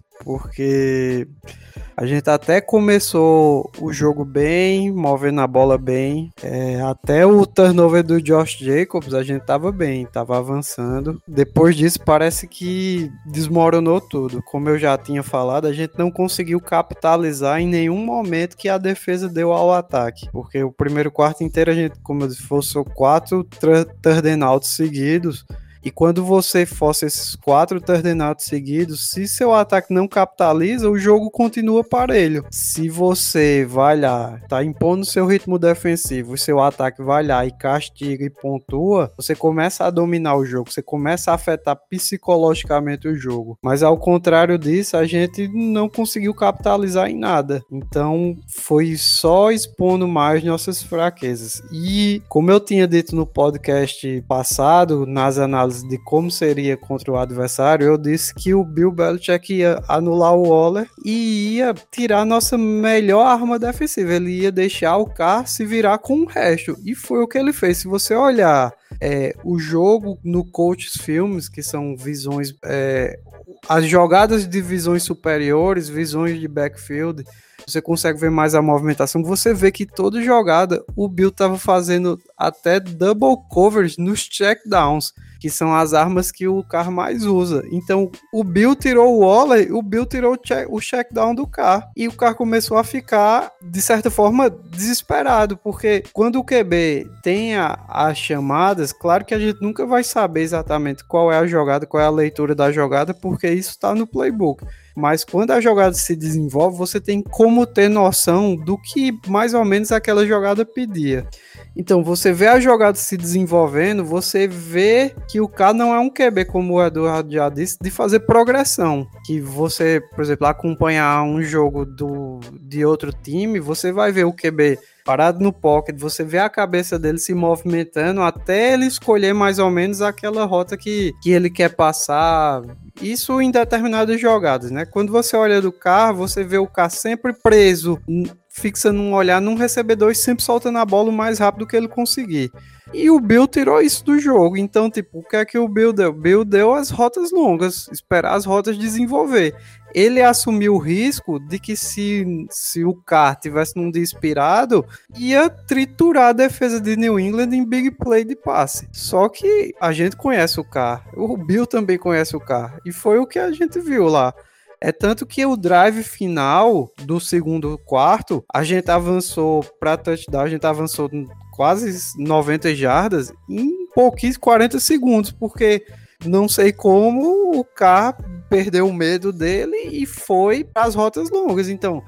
porque a gente até começou o jogo bem, movendo a bola bem, é, até o turnover do Josh Jacobs a gente tava bem, tava avançando. Depois disso parece que desmoronou tudo. Como eu já tinha falado, a gente não conseguiu capitalizar em nenhum momento que a defesa deu ao ataque, porque o primeiro quarto inteiro a gente, como eu disse, forçou quatro third and outs seguidos. E quando você força esses quatro third outs seguidos, se seu ataque não capitaliza, o jogo continua parelho. Se você vai lá, tá impondo seu ritmo defensivo, e seu ataque vai lá e castiga e pontua, você começa a dominar o jogo, você começa a afetar psicologicamente o jogo. Mas ao contrário disso, a gente não conseguiu capitalizar em nada. Então foi só expondo mais nossas fraquezas. E como eu tinha dito no podcast passado, nas análises de como seria contra o adversário, eu disse que o Bill Belichick ia anular o Waller e ia tirar a nossa melhor arma defensiva. Ele ia deixar o Carr se virar com o resto. E foi o que ele fez. Se você olhar é, o jogo no Coach's Films, que são visões... É, as jogadas de visões superiores, visões de backfield, você consegue ver mais a movimentação, você vê que toda jogada o Bill estava fazendo até double coverage nos checkdowns, que são as armas que o Carr mais usa. Então o Bill tirou o Waller, o Bill tirou o, check, o checkdown do Carr, e o Carr começou a ficar, de certa forma, desesperado, porque quando o Q B tem a, as chamadas, claro que a gente nunca vai saber exatamente qual é a jogada, qual é a leitura da jogada, porque isso está no playbook. Mas quando a jogada se desenvolve, você tem como ter noção do que mais ou menos aquela jogada pedia. Então, você vê a jogada se desenvolvendo, você vê que o cara não é um Q B, como o Eduardo já disse, de fazer progressão. Que você, por exemplo, acompanhar um jogo do, de outro time, você vai ver o Q B parado no pocket, você vê a cabeça dele se movimentando até ele escolher mais ou menos aquela rota que, que ele quer passar Isso em determinadas jogadas, né? Quando você olha do Carr, você vê o Carr sempre preso, fixando um olhar num recebedor e sempre soltando a bola o mais rápido que ele conseguir. E o Bill tirou isso do jogo. Então, tipo, o que é que o Bill deu? O Bill deu as rotas longas, esperar as rotas desenvolver. Ele assumiu o risco de que se, se o Carr tivesse num dia inspirado, ia triturar a defesa de New England em big play de passe. Só que a gente conhece o Carr, o Bill também conhece o Carr, e foi o que a gente viu lá. É tanto que o drive final do segundo quarto, a gente avançou para touchdown, a gente avançou quase noventa jardas em pouquíssimos quarenta segundos, porque não sei como o Carr perdeu o medo dele e foi para as rotas longas. Então,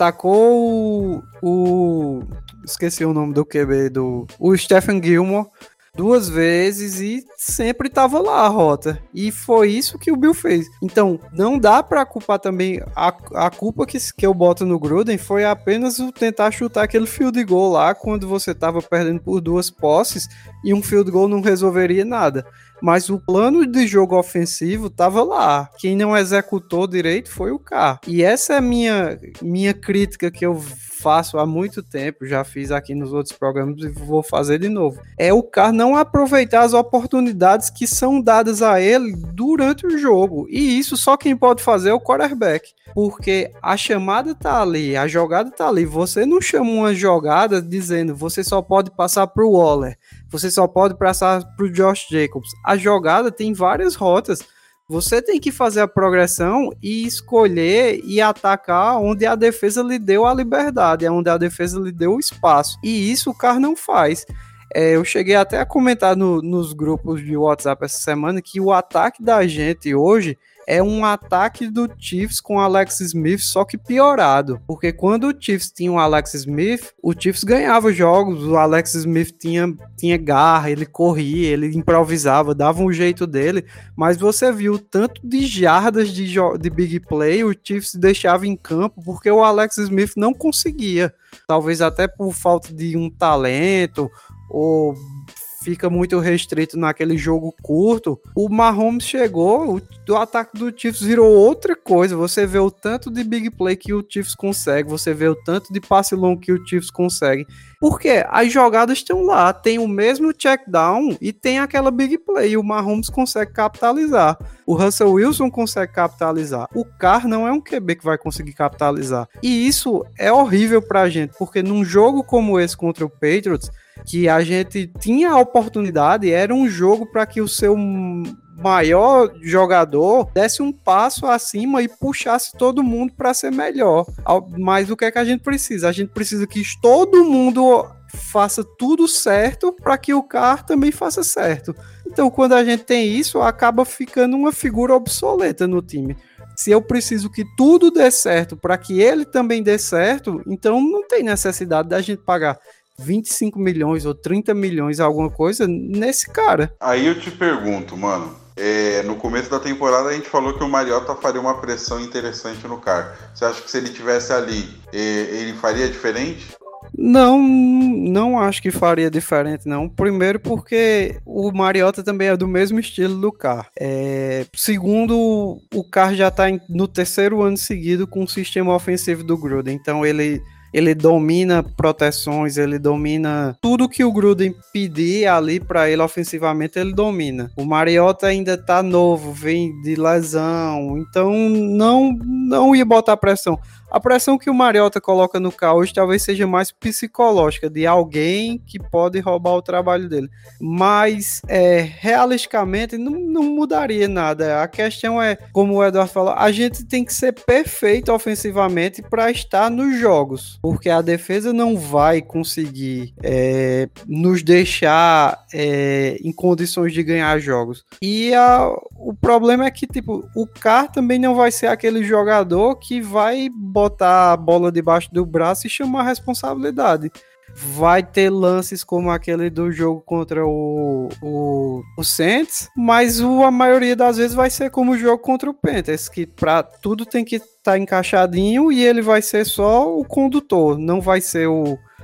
atacou o, o... esqueci o nome do Q B, do, o Stephen Gilmore duas vezes e sempre estava lá a rota. E foi isso que o Bill fez. Então, não dá para culpar também. A, a culpa que, que eu boto no Gruden foi apenas o tentar chutar aquele field goal lá quando você estava perdendo por duas posses e um field goal não resolveria nada. Mas o plano de jogo ofensivo estava lá. Quem não executou direito foi o Carr. E essa é a minha, minha crítica que eu faço há muito tempo, já fiz aqui nos outros programas e vou fazer de novo. É o Carr não aproveitar as oportunidades que são dadas a ele durante o jogo. E isso só quem pode fazer é o quarterback. Porque a chamada tá ali, a jogada tá ali. Você não chama uma jogada dizendo você só pode passar pro Waller, você só pode passar pro Josh Jacobs. A jogada tem várias rotas. Você tem que fazer a progressão e escolher e atacar onde a defesa lhe deu a liberdade, onde a defesa lhe deu o espaço. E isso o Carr não faz. É, eu cheguei até a comentar no, nos grupos de WhatsApp essa semana que o ataque da gente hoje é um ataque do Chiefs com o Alex Smith, só que piorado. Porque quando o Chiefs tinha o Alex Smith, o Chiefs ganhava jogos, o Alex Smith tinha, tinha garra, ele corria, ele improvisava, dava um jeito dele, mas você viu tanto de jardas de, de big play, o Chiefs deixava em campo, porque o Alex Smith não conseguia. Talvez até por falta de um talento, ou fica muito restrito naquele jogo curto. O Mahomes chegou, o, o ataque do Chiefs virou outra coisa. Você vê o tanto de big play que o Chiefs consegue, você vê o tanto de passe longo que o Chiefs consegue. Porque as jogadas estão lá, tem o mesmo check down e tem aquela big play. O Mahomes consegue capitalizar. O Russell Wilson consegue capitalizar. O Carr não é um Q B que vai conseguir capitalizar. E isso é horrível pra gente, porque num jogo como esse contra o Patriots, que a gente tinha a oportunidade, era um jogo para que o seu maior jogador desse um passo acima e puxasse todo mundo para ser melhor. Mas o que é que a gente precisa? A gente precisa que todo mundo faça tudo certo para que o Carr também faça certo. Então, quando a gente tem isso, acaba ficando uma figura obsoleta no time. Se eu preciso que tudo dê certo para que ele também dê certo, então não tem necessidade da gente pagar vinte e cinco milhões ou trinta milhões, alguma coisa, nesse cara. Aí eu te pergunto, mano, é, no começo da temporada a gente falou que o Mariota faria uma pressão interessante no Carr. Você acha que se ele tivesse ali, é, ele faria diferente? Não, não acho que faria diferente, não. Primeiro porque o Mariota também é do mesmo estilo do Carr. É, segundo, o Carr já está no terceiro ano seguido com o sistema ofensivo do Gruden. Então ele... Ele domina proteções, ele domina tudo que o Gruden pedir ali para ele ofensivamente, ele domina. O Mariota ainda tá novo, vem de lesão, então não, não ia botar pressão. A pressão que o Mariota coloca no Carr hoje talvez seja mais psicológica, de alguém que pode roubar o trabalho dele. Mas, é, realisticamente, não, não mudaria nada. A questão é, como o Eduardo falou, a gente tem que ser perfeito ofensivamente para estar nos jogos. Porque a defesa não vai conseguir é, nos deixar é, em condições de ganhar jogos. E a, o problema é que, tipo, o Carr também não vai ser aquele jogador que vai botar a bola debaixo do braço e chamar a responsabilidade. Vai ter lances como aquele do jogo contra o, o, o Saints, mas o, a maioria das vezes vai ser como o jogo contra o Panthers, que pra, tudo tem que estar tá encaixadinho e ele vai ser só o condutor, não vai ser o,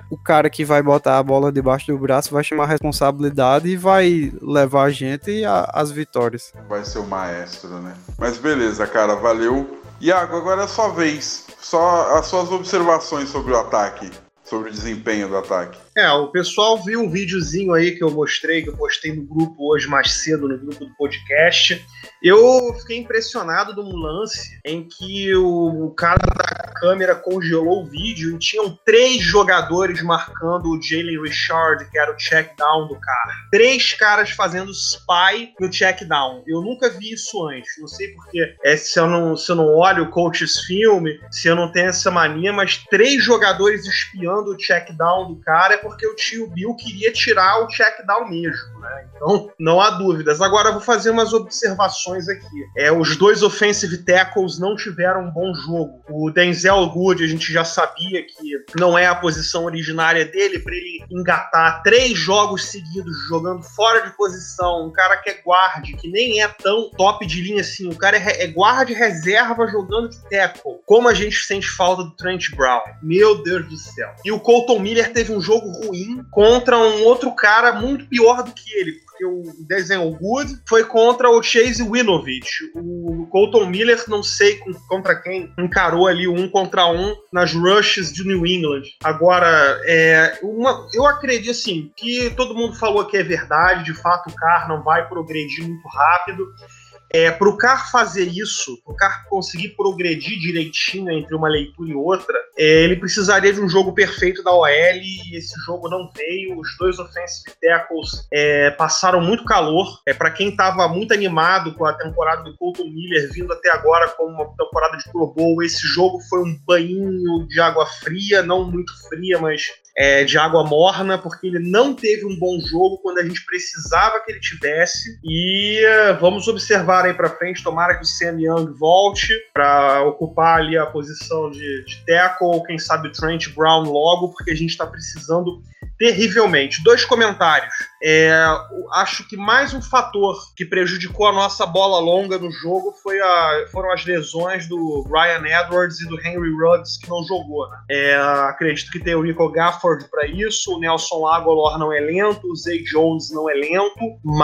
o cara que vai botar a bola debaixo do braço vai chamar a responsabilidade e vai levar a gente às vitórias. Vai ser o maestro, né? Mas beleza, cara, valeu. Iago, agora é a sua vez. Só as suas observações sobre o ataque, sobre o desempenho do ataque. É, o pessoal viu um videozinho aí que eu mostrei, que eu postei no grupo hoje mais cedo, no grupo do podcast. Eu fiquei impressionado num lance em que o cara da câmera congelou o vídeo e tinham três jogadores marcando o Jalen Richard, que era o check down do cara. Três caras fazendo spy no check down. Eu nunca vi isso antes. Não sei porque é, se, eu não, se eu não olho o Coach's Film, se eu não tenho essa mania, mas três jogadores espiando o check down do cara é porque o tio Bill queria tirar o check down mesmo, né? Então, não há dúvidas. Agora, eu vou fazer umas observações aqui. É, os dois offensive tackles não tiveram um bom jogo. O Denzel Good, a gente já sabia que não é a posição originária dele, para ele engatar três jogos seguidos jogando fora de posição, um cara que é guard, que nem é tão top de linha assim, o cara é, é guard reserva jogando de tackle. Como a gente sente falta do Trent Brown. Meu Deus do céu. E o Colton Miller teve um jogo ruim contra um outro cara muito pior do que ele, porque o Denzel Good foi contra o Chase Winovich. O Colton Miller, não sei contra quem, encarou ali um contra um nas rushes de New England. Agora, é, uma, eu acredito assim, que todo mundo falou que é verdade, de fato o Carr não vai progredir muito rápido. É, para o Carr fazer isso, para o Carr conseguir progredir direitinho entre uma leitura e outra, é, ele precisaria de um jogo perfeito da O L e esse jogo não veio. Os dois offensive tackles é, passaram muito calor. É, para quem estava muito animado com a temporada do Colton Miller vindo até agora com uma temporada de Pro Bowl, esse jogo foi um banho de água fria, não muito fria, mas é, de água morna, porque ele não teve um bom jogo quando a gente precisava que ele tivesse. E é, vamos observar aí pra frente, tomara que o Sam Young volte para ocupar ali a posição de, de tackle, ou quem sabe o Trent Brown logo, porque a gente tá precisando terrivelmente. Dois comentários. É, acho que mais um fator que prejudicou a nossa bola longa no jogo foi a, foram as lesões do Ryan Edwards e do Henry Ruggs, que não jogou, né? É, acredito que tem o Rico Gafford para isso, o Nelson Agholor não é lento, o Zay Jones não é lento,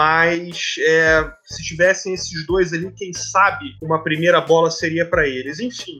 mas é, se tivessem esses dois ali, quem sabe uma primeira bola seria para eles. Enfim,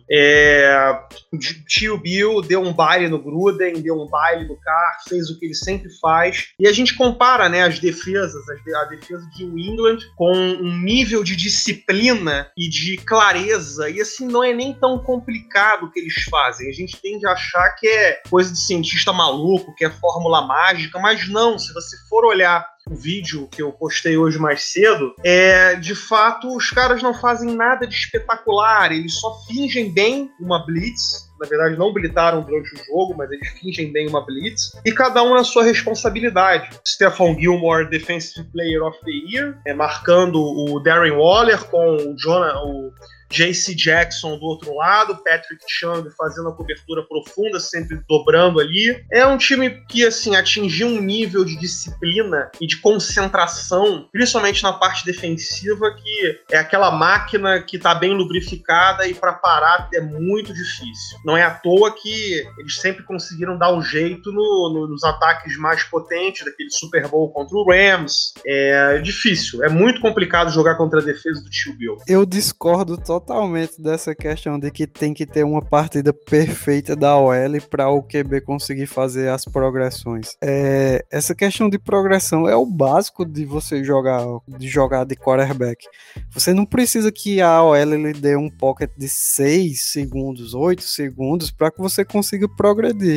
é, o tio Bill deu um baile no Gruden, deu um baile no Carr, fez o que ele sempre faz, e a gente compara, né, as defesas, a defesa de New England com um nível de disciplina e de clareza, e assim, não é nem tão complicado o que eles fazem. A gente tende a achar que é coisa de cientista maluco, que é fórmula mágica, mas não, se você for olhar o vídeo que eu postei hoje mais cedo, é, de fato, os caras não fazem nada de espetacular, eles só fingem bem uma blitz. Na verdade, não blitaram durante o jogo, mas eles fingem bem uma blitz. E cada um na sua responsabilidade. Stephon Gilmore, Defensive Player of the Year, é, marcando o Darren Waller com o, Jonah, o J C Jackson do outro lado, Patrick Chung fazendo a cobertura profunda, sempre dobrando ali. É um time que, assim, atingiu um nível de disciplina e de concentração, principalmente na parte defensiva, que é aquela máquina que tá bem lubrificada e para parar é muito difícil. Não é à toa que eles sempre conseguiram dar um jeito no, no, nos ataques mais potentes, daquele Super Bowl contra o Rams. É difícil, é muito complicado jogar contra a defesa do tio Bill. Eu discordo totalmente dessa questão de que tem que ter uma partida perfeita da O L para o Q B conseguir fazer as progressões. É, essa questão de progressão é o básico de você jogar de jogar de quarterback. Você não precisa que a O L lhe dê um pocket de seis segundos, oito segundos para que você consiga progredir.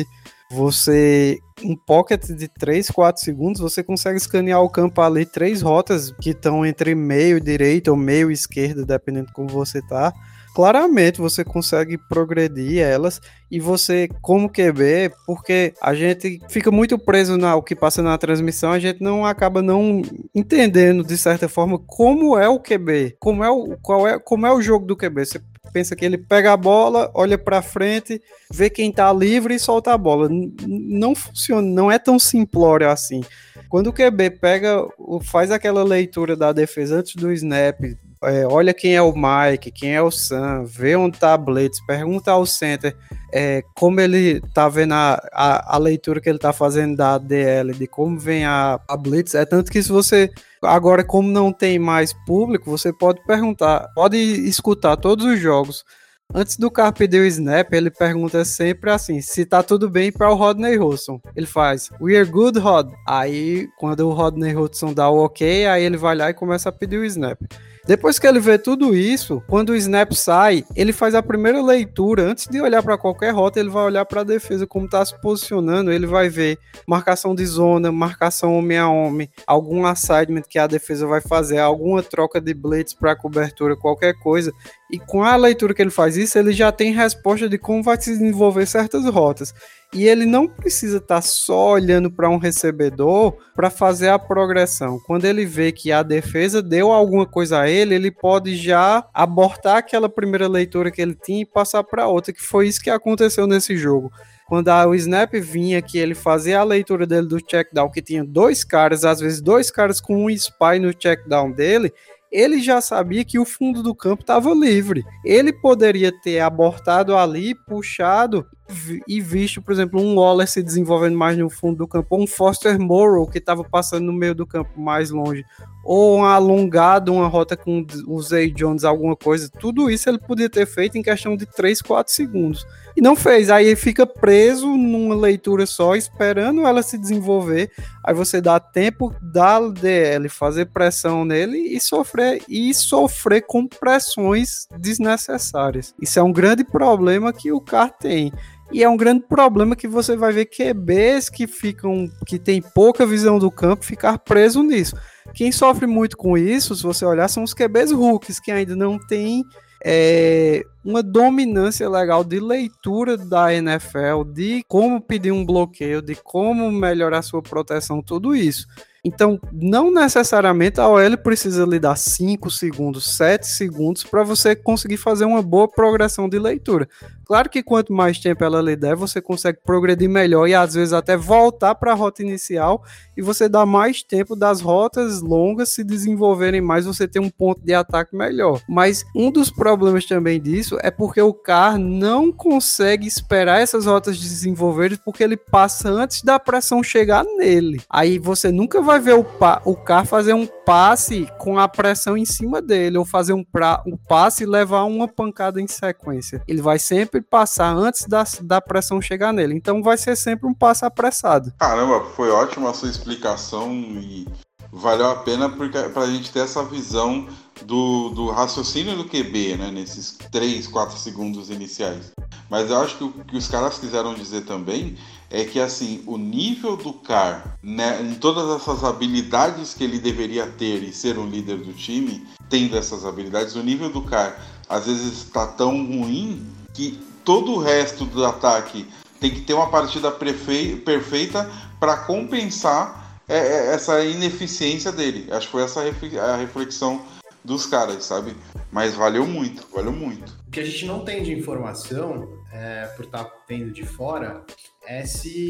Você, um pocket de três, quatro segundos, você consegue escanear o campo ali, três rotas que estão entre meio direito ou meio esquerda, dependendo de como você tá. Claramente você consegue progredir elas, e você, como Q B, porque a gente fica muito preso no que passa na transmissão, a gente não acaba não entendendo, de certa forma, como é o Q B, como é o, qual é, como é o jogo do Q B. Você pensa que ele pega a bola, olha pra frente, vê quem tá livre e solta a bola. N- não funciona, não é tão simplório assim. Quando o Q B pega, faz aquela leitura da defesa antes do snap, é, olha quem é o Mike, quem é o Sam, vê onde tá a Blitz, pergunta ao center é, como ele tá vendo a, a, a leitura que ele tá fazendo da D L, de como vem a, a Blitz. É tanto que se você, agora como não tem mais público, você pode perguntar, pode escutar todos os jogos. Antes do cara pedir o snap, ele pergunta sempre assim, se tá tudo bem para o Rodney Hudson. Ele faz, we are good, Rod. Aí, quando o Rodney Hudson dá o ok, aí ele vai lá e começa a pedir o snap. Depois que ele vê tudo isso, quando o snap sai, ele faz a primeira leitura. Antes de olhar para qualquer rota, ele vai olhar para a defesa, como está se posicionando. Ele vai ver marcação de zona, marcação homem a homem, algum assignment que a defesa vai fazer, alguma troca de blitz para cobertura, qualquer coisa. E com a leitura que ele faz isso, ele já tem resposta de como vai se desenvolver certas rotas. E ele não precisa estar só olhando para um recebedor para fazer a progressão. Quando ele vê que a defesa deu alguma coisa a ele, ele pode já abortar aquela primeira leitura que ele tinha e passar para outra, que foi isso que aconteceu nesse jogo. Quando a, o snap vinha, que ele fazia a leitura dele do checkdown, que tinha dois caras, às vezes dois caras com um spy no checkdown dele, ele já sabia que o fundo do campo estava livre. Ele poderia ter abortado ali, puxado e visto, por exemplo, um Wallace se desenvolvendo mais no fundo do campo, ou um Foster Moreau que estava passando no meio do campo mais longe, ou um alongado, uma rota com o Zay Jones, alguma coisa. Tudo isso ele podia ter feito em questão de três, quatro segundos. E não fez. Aí ele fica preso numa leitura só, esperando ela se desenvolver. Aí você dá tempo da D L fazer pressão nele e sofrer, e sofrer com pressões desnecessárias. Isso é um grande problema que o Carr tem. E é um grande problema que você vai ver Q Bs que ficam, que tem pouca visão do campo, ficar preso nisso. Quem sofre muito com isso, se você olhar, são os Q Bs rookies, que ainda não tem é, uma dominância legal de leitura da N F L, de como pedir um bloqueio, de como melhorar sua proteção, tudo isso. Então, não necessariamente a O L precisa lhe dar cinco segundos, sete segundos para você conseguir fazer uma boa progressão de leitura. Claro que quanto mais tempo ela lhe der, você consegue progredir melhor e às vezes até voltar para a rota inicial e você dá mais tempo das rotas longas se desenvolverem mais, você tem um ponto de ataque melhor. Mas um dos problemas também disso é porque o Carr não consegue esperar essas rotas desenvolverem porque ele passa antes da pressão chegar nele. Aí você nunca vai ver o, pa- o Carr fazer um passe com a pressão em cima dele, ou fazer um, pra- um passe e levar uma pancada em sequência. Ele vai sempre passar antes da, da pressão chegar nele. Então vai ser sempre um passe apressado. Caramba, foi ótima a sua explicação e valeu a pena porque, pra gente ter essa visão do, do raciocínio do Q B, né, nesses três, quatro segundos iniciais. Mas eu acho que o que os caras quiseram dizer também é que, assim, o nível do Carr, né, em todas essas habilidades que ele deveria ter e ser um líder do time, tendo essas habilidades, o nível do Carr às vezes está tão ruim que todo o resto do ataque tem que ter uma partida prefe- perfeita para compensar é, é, essa ineficiência dele. Acho que foi essa a reflexão dos caras, sabe? Mas valeu muito, valeu muito. O que a gente não tem de informação, é, por estar vendo de fora, é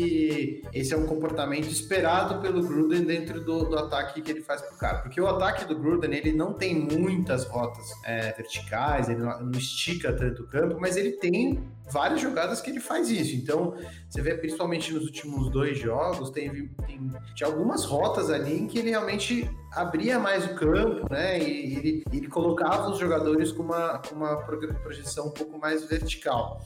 se esse é um comportamento esperado pelo Gruden dentro do, do ataque que ele faz pro cara. Porque o ataque do Gruden, ele não tem muitas rotas é, verticais, ele não, não estica tanto o campo, mas ele tem várias jogadas que ele faz isso. Então, você vê principalmente nos últimos dois jogos, teve, tem, tinha algumas rotas ali em que ele realmente abria mais o campo, né? E ele, ele colocava os jogadores com uma, com uma projeção um pouco mais vertical.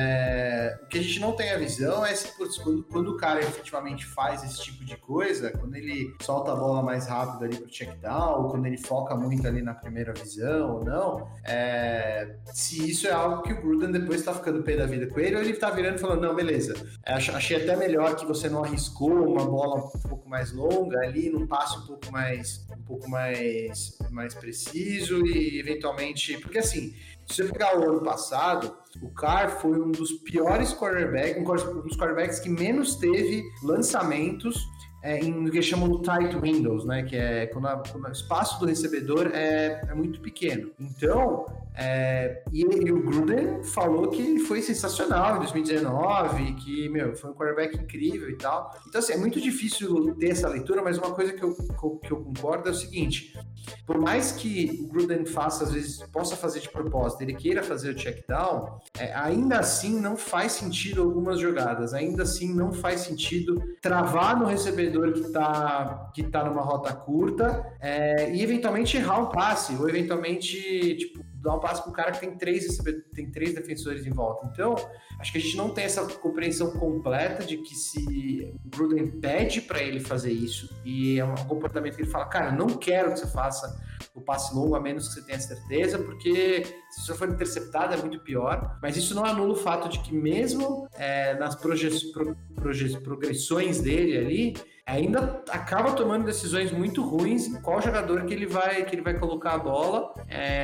É, o que a gente não tem a visão é se quando, quando o cara efetivamente faz esse tipo de coisa, quando ele solta a bola mais rápido ali pro check-down, ou quando ele foca muito ali na primeira visão ou não, é, se isso é algo que o Gruden depois tá ficando pé da vida com ele, ou ele tá virando e falando, não, beleza, achei até melhor que você não arriscou uma bola um pouco mais longa ali, num passe um pouco mais um pouco mais, mais preciso e eventualmente, porque assim, se você pegar o ano passado, o Carr foi um dos piores quarterbacks, um dos quarterbacks que menos teve lançamentos é, em o que chamam de tight windows, né? Que é quando, a, quando o espaço do recebedor é, é muito pequeno. Então, É, e, e o Gruden falou que foi sensacional em dois mil e dezenove, que, meu, foi um quarterback incrível e tal. Então, assim, é muito difícil ter essa leitura, mas uma coisa que eu, que eu concordo é o seguinte: por mais que o Gruden faça, às vezes, possa fazer de propósito, ele queira fazer o check down, é, ainda assim não faz sentido algumas jogadas, ainda assim não faz sentido travar no recebedor que tá, que tá numa rota curta é, e eventualmente errar um passe, ou eventualmente, tipo, dar um passe pro cara que tem três, tem três defensores em volta. Então, acho que a gente não tem essa compreensão completa de que se o Gruden pede para ele fazer isso, e é um comportamento que ele fala, cara, não quero que você faça o passe longo, a menos que você tenha certeza, porque se você for interceptado é muito pior, mas isso não anula o fato de que mesmo é, nas proje- pro- proje- progressões dele ali, ainda acaba tomando decisões muito ruins em qual jogador que ele vai, que ele vai colocar a bola,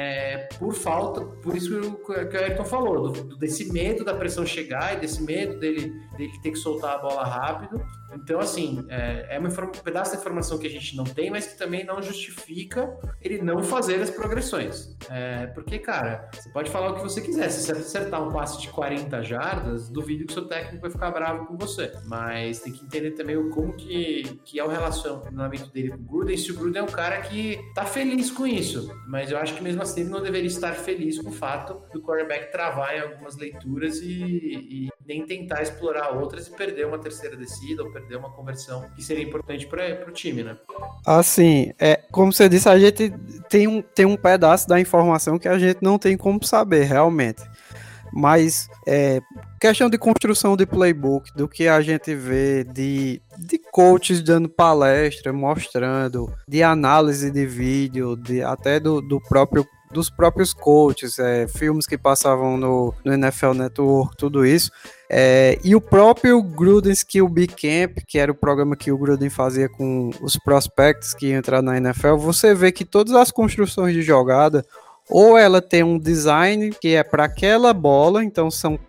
é, por falta, por isso que o Ayrton falou, do, desse medo da pressão chegar e desse medo dele, dele ter que soltar a bola rápido. Então, assim, é, é uma informa- um pedaço da informação que a gente não tem, mas que também não justifica ele não fazer as progressões. É, porque, cara, você pode falar o que você quiser. Se você acertar um passe de quarenta jardas, duvido que o seu técnico vai ficar bravo com você. Mas tem que entender também o como que, que é o relacionamento dele com o Gruden. Se o Gruden é um cara que tá feliz com isso. Mas eu acho que mesmo assim ele não deveria estar feliz com o fato do quarterback travar em algumas leituras e, e nem tentar explorar outras e perder uma terceira descida ou perder uma conversão que seria importante para o time, né? Assim, é, como você disse, a gente tem um, tem um pedaço da informação que a gente não tem como saber, realmente. Mas, é, questão de construção de playbook, do que a gente vê de, de coaches dando palestra, mostrando, de análise de vídeo, de, até do, do próprio dos próprios coaches, é, filmes que passavam no, no N F L Network, tudo isso. É, e o próprio Gruden's Q B Camp, que era o programa que o Gruden fazia com os prospects que iam entrar na N F L, você vê que todas as construções de jogada, ou ela tem um design que é para aquela bola, então são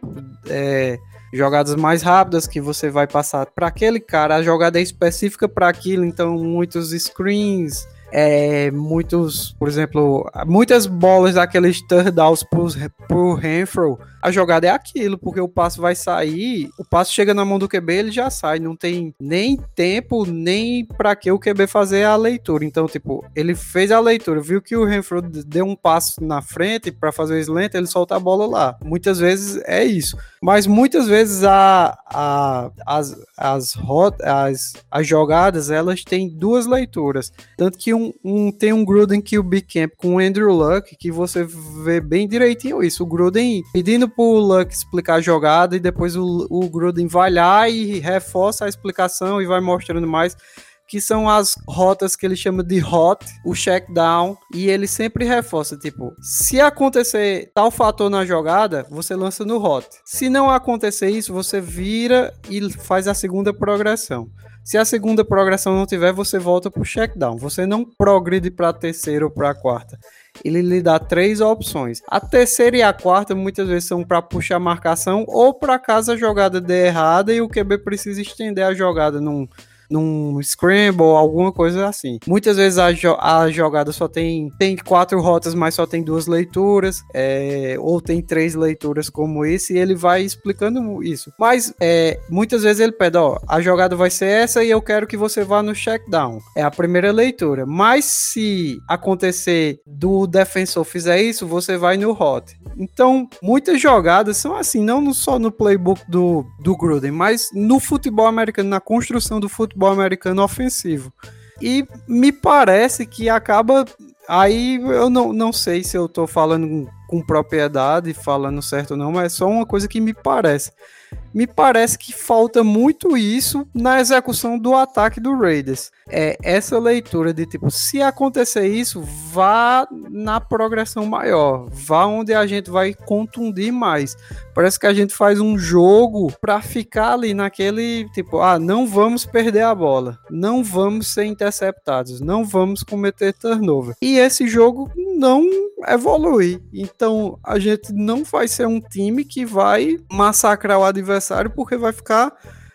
é, jogadas mais rápidas que você vai passar para aquele cara, a jogada é específica para aquilo, então muitos screens, É, muitos, por exemplo, muitas bolas daqueles third downs por, por Renfrow, a jogada é aquilo, porque o passe vai sair, o passe chega na mão do Q B, ele já sai, não tem nem tempo, nem pra que o Q B fazer a leitura. Então, tipo, ele fez a leitura, viu que o Renfrow deu um passo na frente pra fazer o slant, ele solta a bola lá. Muitas vezes é isso, mas muitas vezes a, a, as, as, as, as jogadas, elas têm duas leituras, tanto que um, um, tem um Gruden Q B Camp com o Andrew Luck, que você vê bem direitinho isso, o Gruden pedindo pro Luck explicar a jogada e depois o, o Gruden vai lá e reforça a explicação e vai mostrando mais, que são as rotas que ele chama de hot, o check down, e ele sempre reforça, tipo, se acontecer tal fator na jogada, você lança no hot. Se não acontecer isso, você vira e faz a segunda progressão. Se a segunda progressão não tiver, você volta pro check down. Você não progride para a terceira ou para a quarta. Ele lhe dá três opções. A terceira e a quarta muitas vezes são para puxar a marcação ou para caso a jogada dê errada e o Q B precisa estender a jogada num num scramble ou alguma coisa assim. Muitas vezes a, jo- a jogada só tem, tem quatro rotas, mas só tem duas leituras, é, ou tem três leituras como esse, e ele vai explicando isso. Mas é, muitas vezes ele pede, ó, a jogada vai ser essa e eu quero que você vá no check down. É a primeira leitura. Mas se acontecer do defensor fizer isso, você vai no hot. Então, muitas jogadas são assim, não só no playbook do, do Gruden, mas no futebol americano, na construção do futebol americano ofensivo. E me parece que acaba... Aí eu não, não sei se eu tô falando com propriedade, falando certo ou não, mas é só uma coisa que me parece. Me parece que falta muito isso na execução do ataque do Raiders. É essa leitura de tipo, se acontecer isso, vá na progressão maior, vá onde a gente vai contundir mais. Parece que a gente faz um jogo para ficar ali naquele tipo, ah, não vamos perder a bola, não vamos ser interceptados, não vamos cometer turnover. E esse jogo não evolui. Então a gente não vai ser um time que vai massacrar o adversário porque vai ficar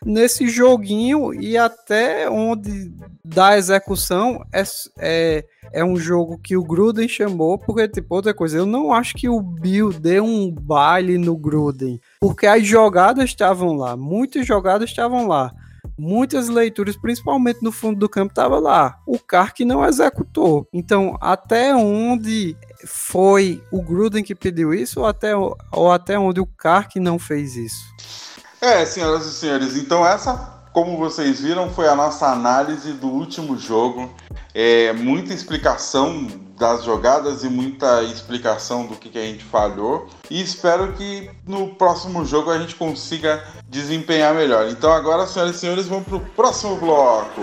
nesse joguinho e até onde da execução é, é, é um jogo que o Gruden chamou, porque, tipo, outra coisa, eu não acho que o Bill deu um baile no Gruden, porque as jogadas estavam lá, muitas jogadas estavam lá, muitas leituras, principalmente no fundo do campo, estava lá. O Carr que não executou. Então, até onde foi o Gruden que pediu isso ou até, ou até onde o Carr que não fez isso? É, senhoras e senhores, então essa, como vocês viram, foi a nossa análise do último jogo. É, muita explicação das jogadas e muita explicação do que, que a gente falhou. E espero que no próximo jogo a gente consiga desempenhar melhor. Então agora, senhoras e senhores, vamos para o próximo bloco.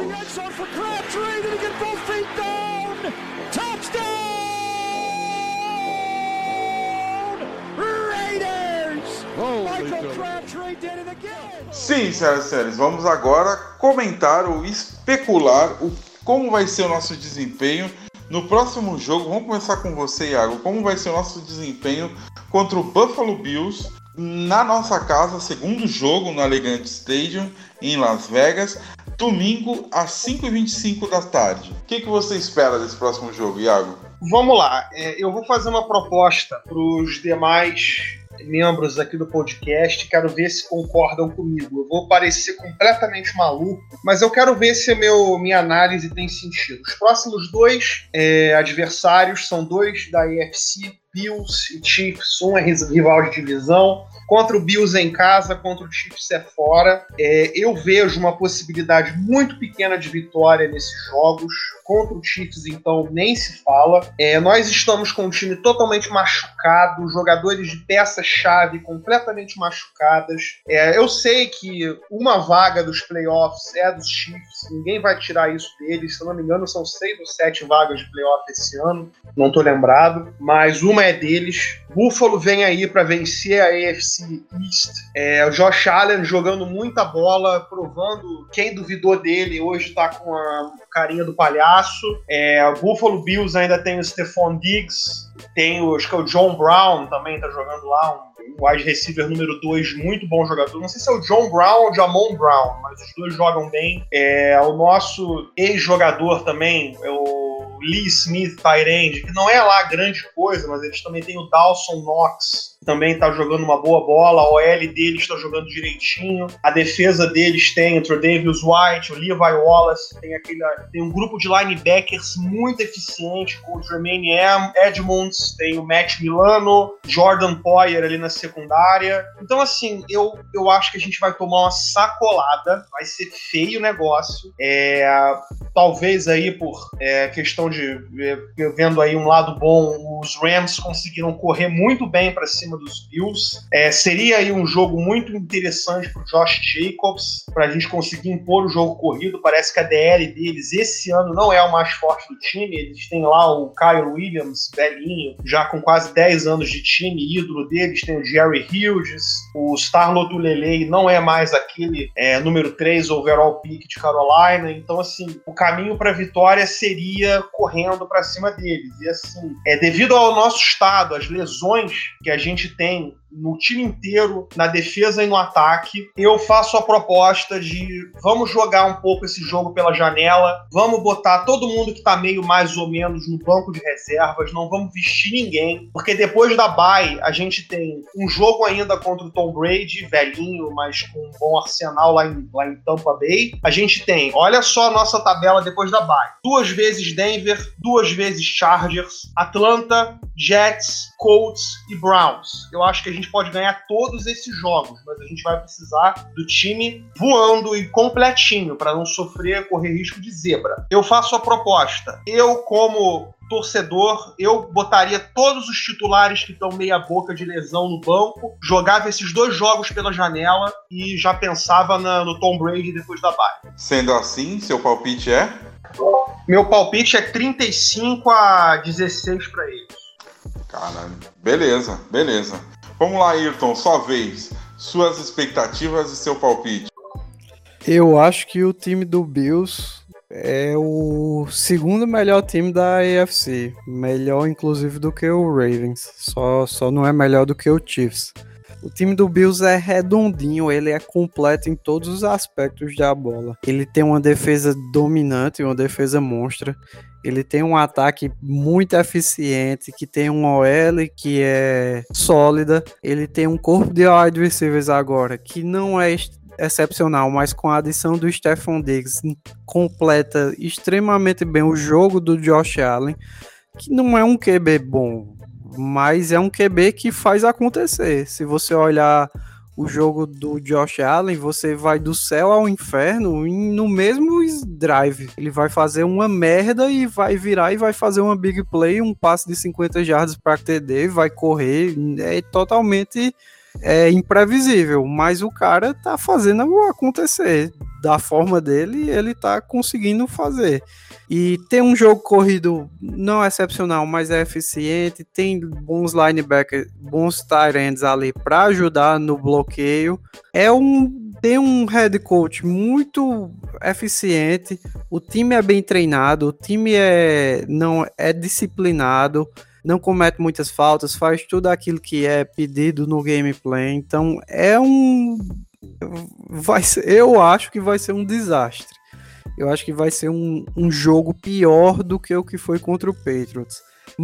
Sim, senhoras e senhores, vamos agora comentar ou especular o, como vai ser o nosso desempenho no próximo jogo. Vamos começar com você, Iago. Como vai ser o nosso desempenho contra o Buffalo Bills na nossa casa, segundo jogo no Allegiant Stadium em Las Vegas, domingo às cinco e vinte e cinco da tarde. O que, que você espera desse próximo jogo, Iago? Vamos lá, eu vou fazer uma proposta para os demais membros aqui do podcast, quero ver se concordam comigo. Eu vou parecer completamente maluco, mas eu quero ver se a meu, minha análise tem sentido. Os próximos dois é, adversários são dois da A F C, Bills e Chiefs. Um é rival de divisão. Contra o Bills em casa, contra o Chiefs é fora. É, eu vejo uma possibilidade muito pequena de vitória nesses jogos. Contra o Chiefs, então, nem se fala. É, nós estamos com um time totalmente machucado, jogadores de peça-chave completamente machucadas. É, eu sei que uma vaga dos playoffs é dos Chiefs, ninguém vai tirar isso deles. Se eu não me engano, são seis ou sete vagas de playoff esse ano, não estou lembrado, mas uma é deles. Buffalo vem aí para vencer a A F C East. É, o Josh Allen jogando muita bola, provando quem duvidou dele, hoje está com a carinha do palhaço. É, o Buffalo Bills ainda tem o Stephon Diggs, tem o, acho que é o John Brown também está jogando lá, um wide receiver número dois, muito bom jogador. Não sei se é o John Brown ou o Jamon Brown, mas os dois jogam bem. É, o nosso ex-jogador também, é o Lee Smith, tight end, que não é lá grande coisa, mas eles também têm o Dawson Knox, que também está jogando uma boa bola. A O L deles está jogando direitinho. A defesa deles tem o Tre'Davious White, o Levi Wallace, tem, aquele, tem um grupo de linebackers muito eficiente com o Jermaine Edmonds, tem o Matt Milano, Jordan Poyer ali na secundária. Então, assim, eu, eu acho que a gente vai tomar uma sacolada, vai ser feio o negócio. É, talvez aí por é, questão de, é, vendo aí um lado bom, os Rams conseguiram correr muito bem para cima dos Bills. É, seria aí um jogo muito interessante para o Josh Jacobs, para a gente conseguir impor o jogo corrido. Parece que a D L deles esse ano não é o mais forte do time. Eles têm lá o Kyle Williams, velhinho, já com quase dez anos de time, ídolo deles. Tem o Jerry Hughes, o Star-Lord Lele não é mais aquele é, número três overall pick de Carolina. Então, assim, o caminho para a vitória seria correndo para cima deles. E, assim, é devido ao nosso estado, as lesões que a gente tem no time inteiro, na defesa e no ataque, eu faço a proposta de vamos jogar um pouco esse jogo pela janela, vamos botar todo mundo que tá meio mais ou menos no banco de reservas, não vamos vestir ninguém, porque depois da bye a gente tem um jogo ainda contra o Tom Brady, velhinho, mas com um bom arsenal lá em, lá em Tampa Bay. A gente tem, olha só a nossa tabela depois da bye, duas vezes Denver, duas vezes Chargers, Atlanta, Jets, Colts e Browns. Eu acho que a gente pode ganhar todos esses jogos, mas a gente vai precisar do time voando e completinho para não sofrer, correr risco de zebra. Eu faço a proposta. Eu, como torcedor, eu botaria todos os titulares que estão meia boca de lesão no banco, jogava esses dois jogos pela janela e já pensava na, no Tom Brady depois da bye. Sendo assim, seu palpite é? Meu palpite é trinta e cinco a dezesseis para eles. Caralho, beleza, beleza. Vamos lá, Ayrton, sua vez. Suas expectativas e seu palpite. Eu acho que o time do Bills é o segundo melhor time da A F C. Melhor, inclusive, do que o Ravens. Só, só não é melhor do que o Chiefs. O time do Bills é redondinho, ele é completo em todos os aspectos da bola. Ele tem uma defesa dominante, uma defesa monstra. Ele tem um ataque muito eficiente, que tem um O L que é sólida. Ele tem um corpo de wide receivers agora, que não é excepcional, mas com a adição do Stefon Diggs, completa extremamente bem o jogo do Josh Allen, que não é um Q B bom, mas é um Q B que faz acontecer. Se você olhar o jogo do Josh Allen, você vai do céu ao inferno no mesmo drive. Ele vai fazer uma merda e vai virar e vai fazer uma big play, um passe de cinquenta jardas para T D, vai correr, é totalmente é, imprevisível, mas o cara tá fazendo acontecer. Da forma dele, ele tá conseguindo fazer. E tem um jogo corrido não excepcional, mas é eficiente. Tem bons linebackers, bons tight ends ali para ajudar no bloqueio. É um, tem um head coach muito eficiente. O time é bem treinado, o time é, não, é disciplinado, não comete muitas faltas, faz tudo aquilo que é pedido no gameplay. Então é um... Vai ser, eu acho que vai ser um desastre. Eu acho que vai ser um, um jogo pior do que o que foi contra o Patriots.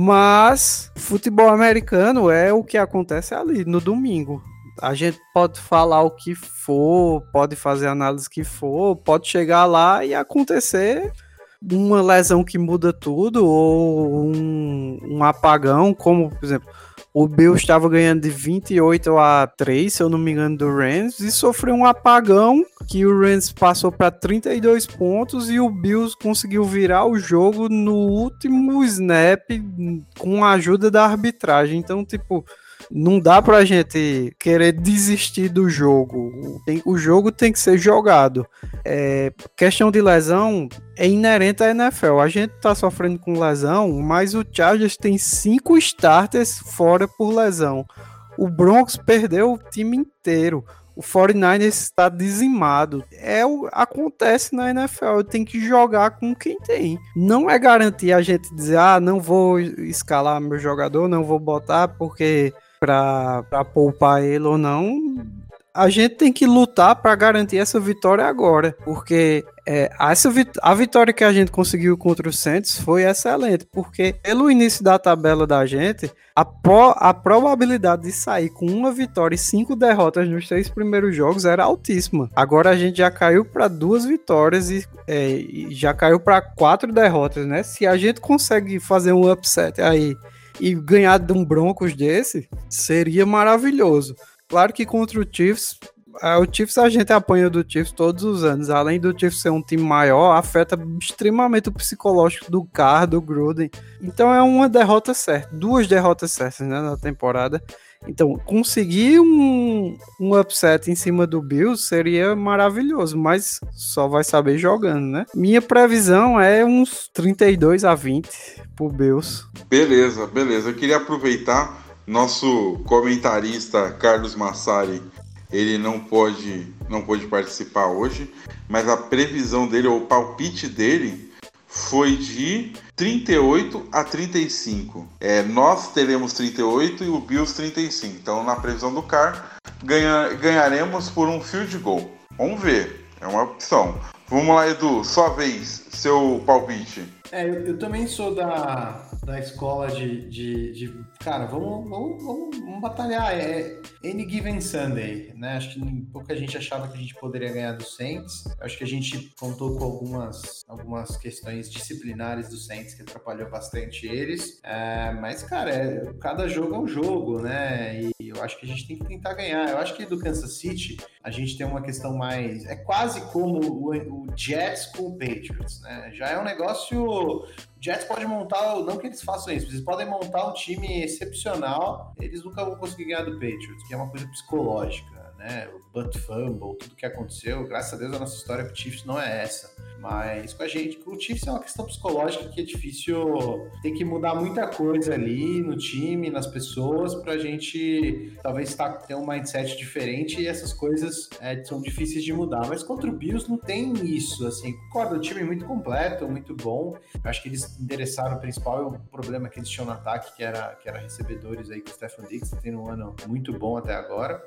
Mas futebol americano é o que acontece ali no domingo. A gente pode falar o que for, pode fazer a análise que for, pode chegar lá e acontecer uma lesão que muda tudo, ou um, um apagão, como, por exemplo, o Bills estava ganhando de vinte e oito a três, se eu não me engano, do Rams, e sofreu um apagão que o Rams passou para trinta e dois pontos e o Bills conseguiu virar o jogo no último snap com a ajuda da arbitragem. Então, tipo, não dá pra gente querer desistir do jogo. Tem, o jogo tem que ser jogado. É, questão de lesão é inerente à N F L. A gente tá sofrendo com lesão, mas o Chargers tem cinco starters fora por lesão. O Broncos perdeu o time inteiro. O quarenta e nine ers está dizimado. É o, acontece na N F L. Tem que jogar com quem tem. Não é garantir a gente dizer, ah, não vou escalar meu jogador, não vou botar porque para poupar ele ou não. A gente tem que lutar para garantir essa vitória agora, porque é, essa vit- a vitória que a gente conseguiu contra o Saints foi excelente, porque pelo início da tabela da gente, a, pro- a probabilidade de sair com uma vitória e cinco derrotas nos três primeiros jogos era altíssima. Agora a gente já caiu para duas vitórias e, é, e já caiu para quatro derrotas, né? Se a gente consegue fazer um upset aí e ganhar de um Broncos desse, seria maravilhoso. Claro que contra o Chiefs, o Chiefs a gente apanha do Chiefs todos os anos. Além do Chiefs ser um time maior, afeta extremamente o psicológico do Carr, do Gruden. Então é uma derrota certa, duas derrotas certas, né, na temporada. Então conseguir um, um upset em cima do Bills seria maravilhoso, mas só vai saber jogando, né? Minha previsão é uns trinta e dois a vinte pro Bills. Beleza, beleza. Eu queria aproveitar... Nosso comentarista Carlos Massari, ele não pôde, não pôde participar hoje, mas a previsão dele, ou o palpite dele, foi de trinta e oito a trinta e cinco. É, nós teremos trinta e oito e o Bills trinta e cinco. Então, na previsão do Car, ganha, ganharemos por um field goal. Vamos ver, é uma opção. Vamos lá, Edu, sua vez, seu palpite. É, eu, eu também sou da, da escola de, de, de... Cara, vamos, vamos, vamos, vamos batalhar. É Any Given Sunday, né? Acho que pouca gente achava que a gente poderia ganhar do Saints. Acho que a gente contou com algumas, algumas questões disciplinares do Saints que atrapalhou bastante eles. É, mas, cara, é, cada jogo é um jogo, né? E eu acho que a gente tem que tentar ganhar. Eu acho que do Kansas City a gente tem uma questão mais... É quase como o, o Jets com o Patriots, né? Já é um negócio... O Jets pode montar, não que eles façam isso, eles podem montar um time excepcional, eles nunca vão conseguir ganhar do Patriots, que é uma coisa psicológica, né? né? O butt fumble, tudo que aconteceu. Graças a Deus a nossa história com o Chiefs não é essa. Mas com a gente, com o Chiefs é uma questão psicológica que é difícil, tem que mudar muita coisa ali no time, nas pessoas, pra gente talvez tá, ter um mindset diferente e essas coisas é, são difíceis de mudar. Mas contra o Bills não tem isso, assim, concordo, o time é muito completo, muito bom. Eu acho que eles endereçaram o principal o problema que eles tinham no ataque, que era, que era recebedores aí com o Stefon Diggs, que tem um ano muito bom até agora.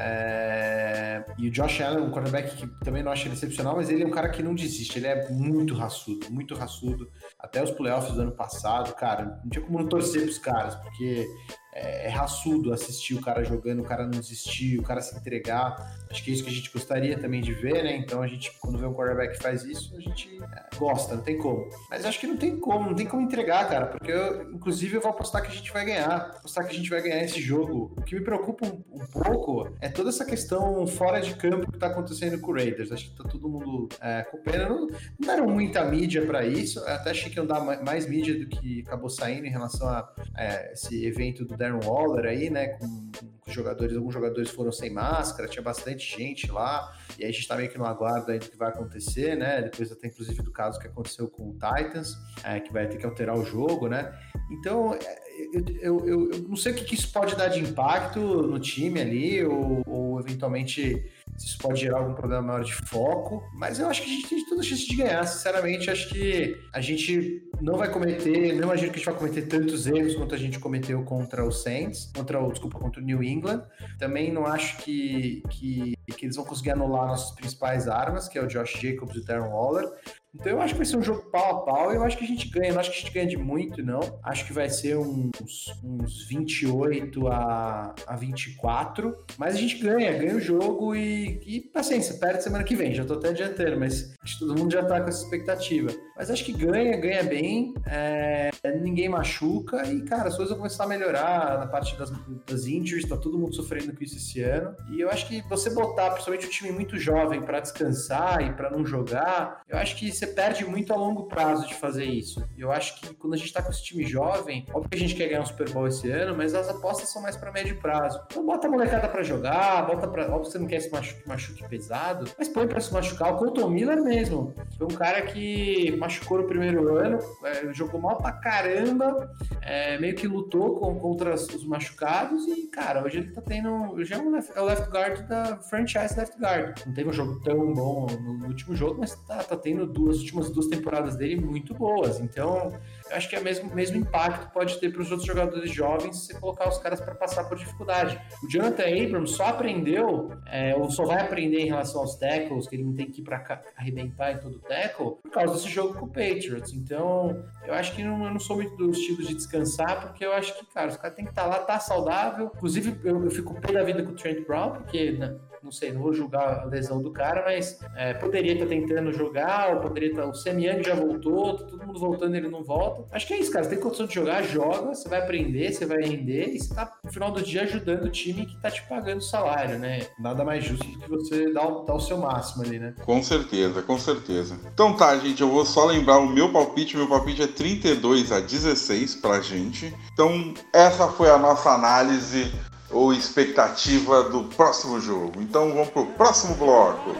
É... E o Josh Allen, um quarterback que também não acho ele excepcional, mas ele é um cara que não desiste, ele é muito raçudo, muito raçudo. Até os playoffs do ano passado, cara, não tinha como não torcer pros caras, porque é, é raçudo assistir o cara jogando, o cara não desistir, o cara se entregar. Acho que é isso que a gente gostaria também de ver, né? Então a gente, quando vê um quarterback que faz isso, a gente é, gosta, não tem como. Mas acho que não tem como, não tem como entregar, cara, porque eu, inclusive eu vou apostar que a gente vai ganhar, apostar que a gente vai ganhar esse jogo. O que me preocupa um, um pouco é toda essa questão fora de campo que tá acontecendo com o Raiders. Acho que tá todo mundo é, com pena. Não, não deram muita mídia pra isso, eu até achei que iam dar mais mídia do que acabou saindo em relação a é, esse evento do Darren Waller aí, né, com, com os jogadores, alguns jogadores foram sem máscara, tinha bastante gente lá, e aí a gente tá meio que no aguardo aí do que vai acontecer, né, depois até inclusive do caso que aconteceu com o Titans, é, que vai ter que alterar o jogo, né, então eu, eu, eu, eu não sei o que, que isso pode dar de impacto no time ali, ou, ou eventualmente isso pode gerar algum problema maior de foco, mas eu acho que a gente tem toda a chance de ganhar, sinceramente. Acho que a gente não vai cometer, não imagino que a gente vai cometer tantos erros quanto a gente cometeu contra o Saints, contra o, desculpa, contra o New England. Também não acho que, que, que eles vão conseguir anular nossas principais armas, que é o Josh Jacobs e o Darren Waller. Então eu acho que vai ser um jogo pau a pau e eu acho que a gente ganha. Não acho que a gente ganha de muito, não. Acho que vai ser uns, uns vinte e oito a vinte e quatro. Mas a gente ganha, ganha o jogo e, e paciência, perde semana que vem. Já tô até adiantando, mas acho que todo mundo já tá com essa expectativa. Mas acho que ganha, ganha bem. É, ninguém machuca e, cara, as coisas vão começar a melhorar na parte das, das injuries. Tá todo mundo sofrendo com isso esse ano. E eu acho que você botar, principalmente um time muito jovem, pra descansar e pra não jogar, eu acho que você perde muito a longo prazo de fazer isso. Eu acho que quando a gente tá com esse time jovem, óbvio que a gente quer ganhar um Super Bowl esse ano, mas as apostas são mais pra médio prazo. Então bota a molecada pra jogar, bota pra... Óbvio que você não quer se machuque, machuque pesado, mas põe pra se machucar. O Colton Miller mesmo, foi um cara que machucou no primeiro ano, é, jogou mal pra caramba, é, meio que lutou com, contra os machucados e, cara, hoje ele tá tendo... Hoje é, um left, é o left guard da franchise left guard. Não teve um jogo tão bom no, no último jogo, mas tá, tá tendo duas as últimas duas temporadas dele muito boas, então eu acho que é o mesmo, mesmo impacto pode ter para os outros jogadores jovens se você colocar os caras para passar por dificuldade. O Jonathan Abrams só aprendeu, é, ou só vai aprender em relação aos tackles, que ele não tem que ir para arrebentar em todo o tackle, por causa desse jogo com o Patriots. Então eu acho que não, eu não sou muito do estilo de descansar, porque eu acho que, cara, os caras têm que estar lá, tá saudável. Inclusive eu, eu fico pé da vida com o Trent Brown, porque né, não sei, não vou julgar a lesão do cara, mas é, poderia estar tentando jogar, ou poderia estar... O Sam Young já voltou, tá todo mundo voltando, ele não volta. Acho que é isso, cara. Você tem condição de jogar, joga, você vai aprender, você vai render, e você tá, no final do dia, ajudando o time que tá te pagando salário, né? Nada mais justo do que você dar o, dar o seu máximo ali, né? Com certeza, com certeza. Então tá, gente, eu vou só lembrar o meu palpite. Meu palpite é trinta e dois a dezesseis pra gente. Então, essa foi a nossa análise ou expectativa do próximo jogo. Então vamos pro próximo bloco.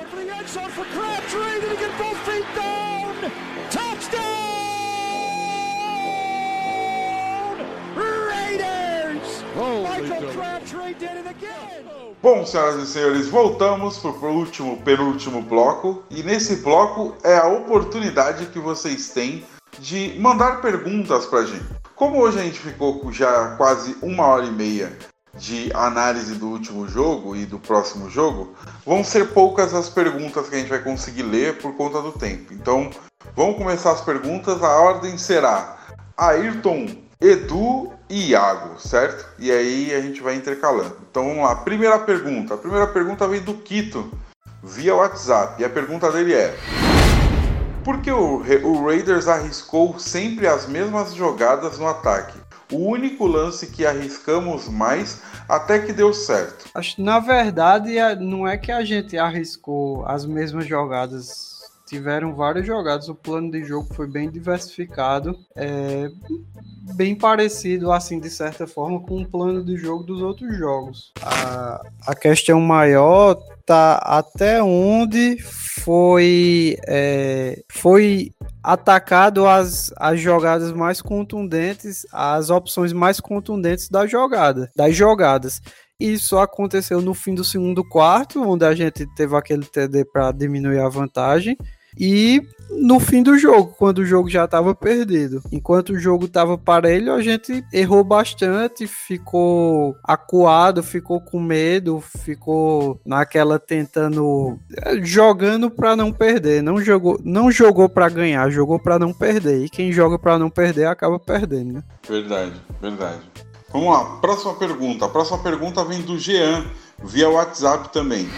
Bom, senhoras e senhores, voltamos pro último, penúltimo bloco. E nesse bloco é a oportunidade que vocês têm de mandar perguntas pra gente. Como hoje a gente ficou com já quase uma hora e meia de análise do último jogo e do próximo jogo, vão ser poucas as perguntas que a gente vai conseguir ler por conta do tempo. Então, vamos começar as perguntas. A ordem será Ayrton, Edu e Iago, certo? E aí a gente vai intercalando. Então, vamos lá. Primeira pergunta. A primeira pergunta vem do Quito, via WhatsApp. E a pergunta dele é: por que o, o Raiders arriscou sempre as mesmas jogadas no ataque? O único lance que arriscamos mais até que deu certo. Acho que, na verdade, não é que a gente arriscou as mesmas jogadas tiveram várias jogadas, o plano de jogo foi bem diversificado, é, bem parecido, assim, de certa forma, com o plano de jogo dos outros jogos. A, a questão maior tá até onde foi, é, foi atacado as, as jogadas mais contundentes, as opções mais contundentes da jogada, das jogadas. Isso aconteceu no fim do segundo quarto, onde a gente teve aquele T D para diminuir a vantagem, e no fim do jogo, quando o jogo já estava perdido. Enquanto o jogo estava parelho, a gente errou bastante, ficou acuado, ficou com medo, ficou naquela tentando, jogando para não perder, não jogou, não jogou para ganhar, jogou para não perder. E quem joga para não perder acaba perdendo, né? Verdade, verdade. Vamos lá, próxima pergunta. A próxima pergunta vem do Jean, via WhatsApp também.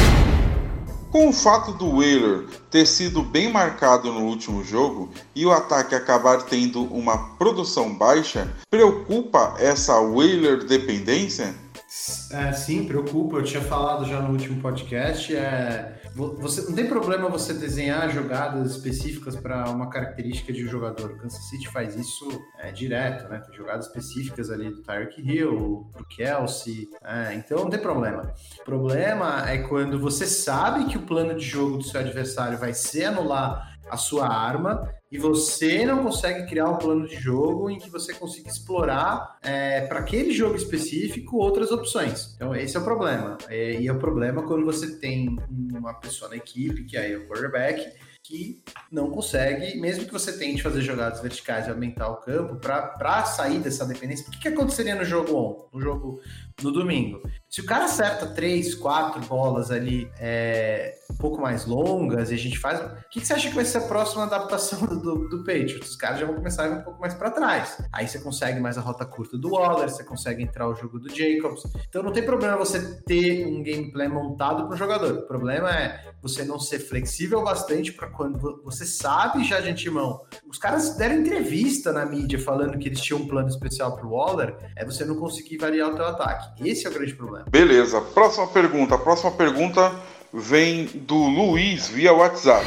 Com o fato do Wheeler ter sido bem marcado no último jogo e o ataque acabar tendo uma produção baixa, preocupa essa Wheeler dependência? É, sim, preocupa. Eu tinha falado já no último podcast. É, você, não tem problema você desenhar jogadas específicas para uma característica de um jogador. O Kansas City faz isso é, direto, né? Tem jogadas específicas ali do Tyreek Hill, pro Kelce. É, então não tem problema. O problema é quando você sabe que o plano de jogo do seu adversário vai ser anular a sua arma e você não consegue criar um plano de jogo em que você consiga explorar é, para aquele jogo específico outras opções. Então esse é o problema. É, e é o problema quando você tem uma pessoa na equipe, que é o quarterback, que não consegue, mesmo que você tente fazer jogadas verticais e aumentar o campo, para sair dessa dependência. O que, que aconteceria no jogo on, no jogo no domingo? Se o cara acerta três, quatro bolas ali é, um pouco mais longas e a gente faz... O que, que você acha que vai ser a próxima adaptação do, do Patriots? Os caras já vão começar a ir um pouco mais para trás. Aí você consegue mais a rota curta do Waller, você consegue entrar o jogo do Jacobs. Então não tem problema você ter um gameplay montado para o jogador. O problema é você não ser flexível bastante para quando você sabe já de antemão. Os caras deram entrevista na mídia falando que eles tinham um plano especial para o Waller, é você não conseguir variar o teu ataque. Esse é o grande problema. Beleza, próxima pergunta. A próxima pergunta vem do Luiz via WhatsApp.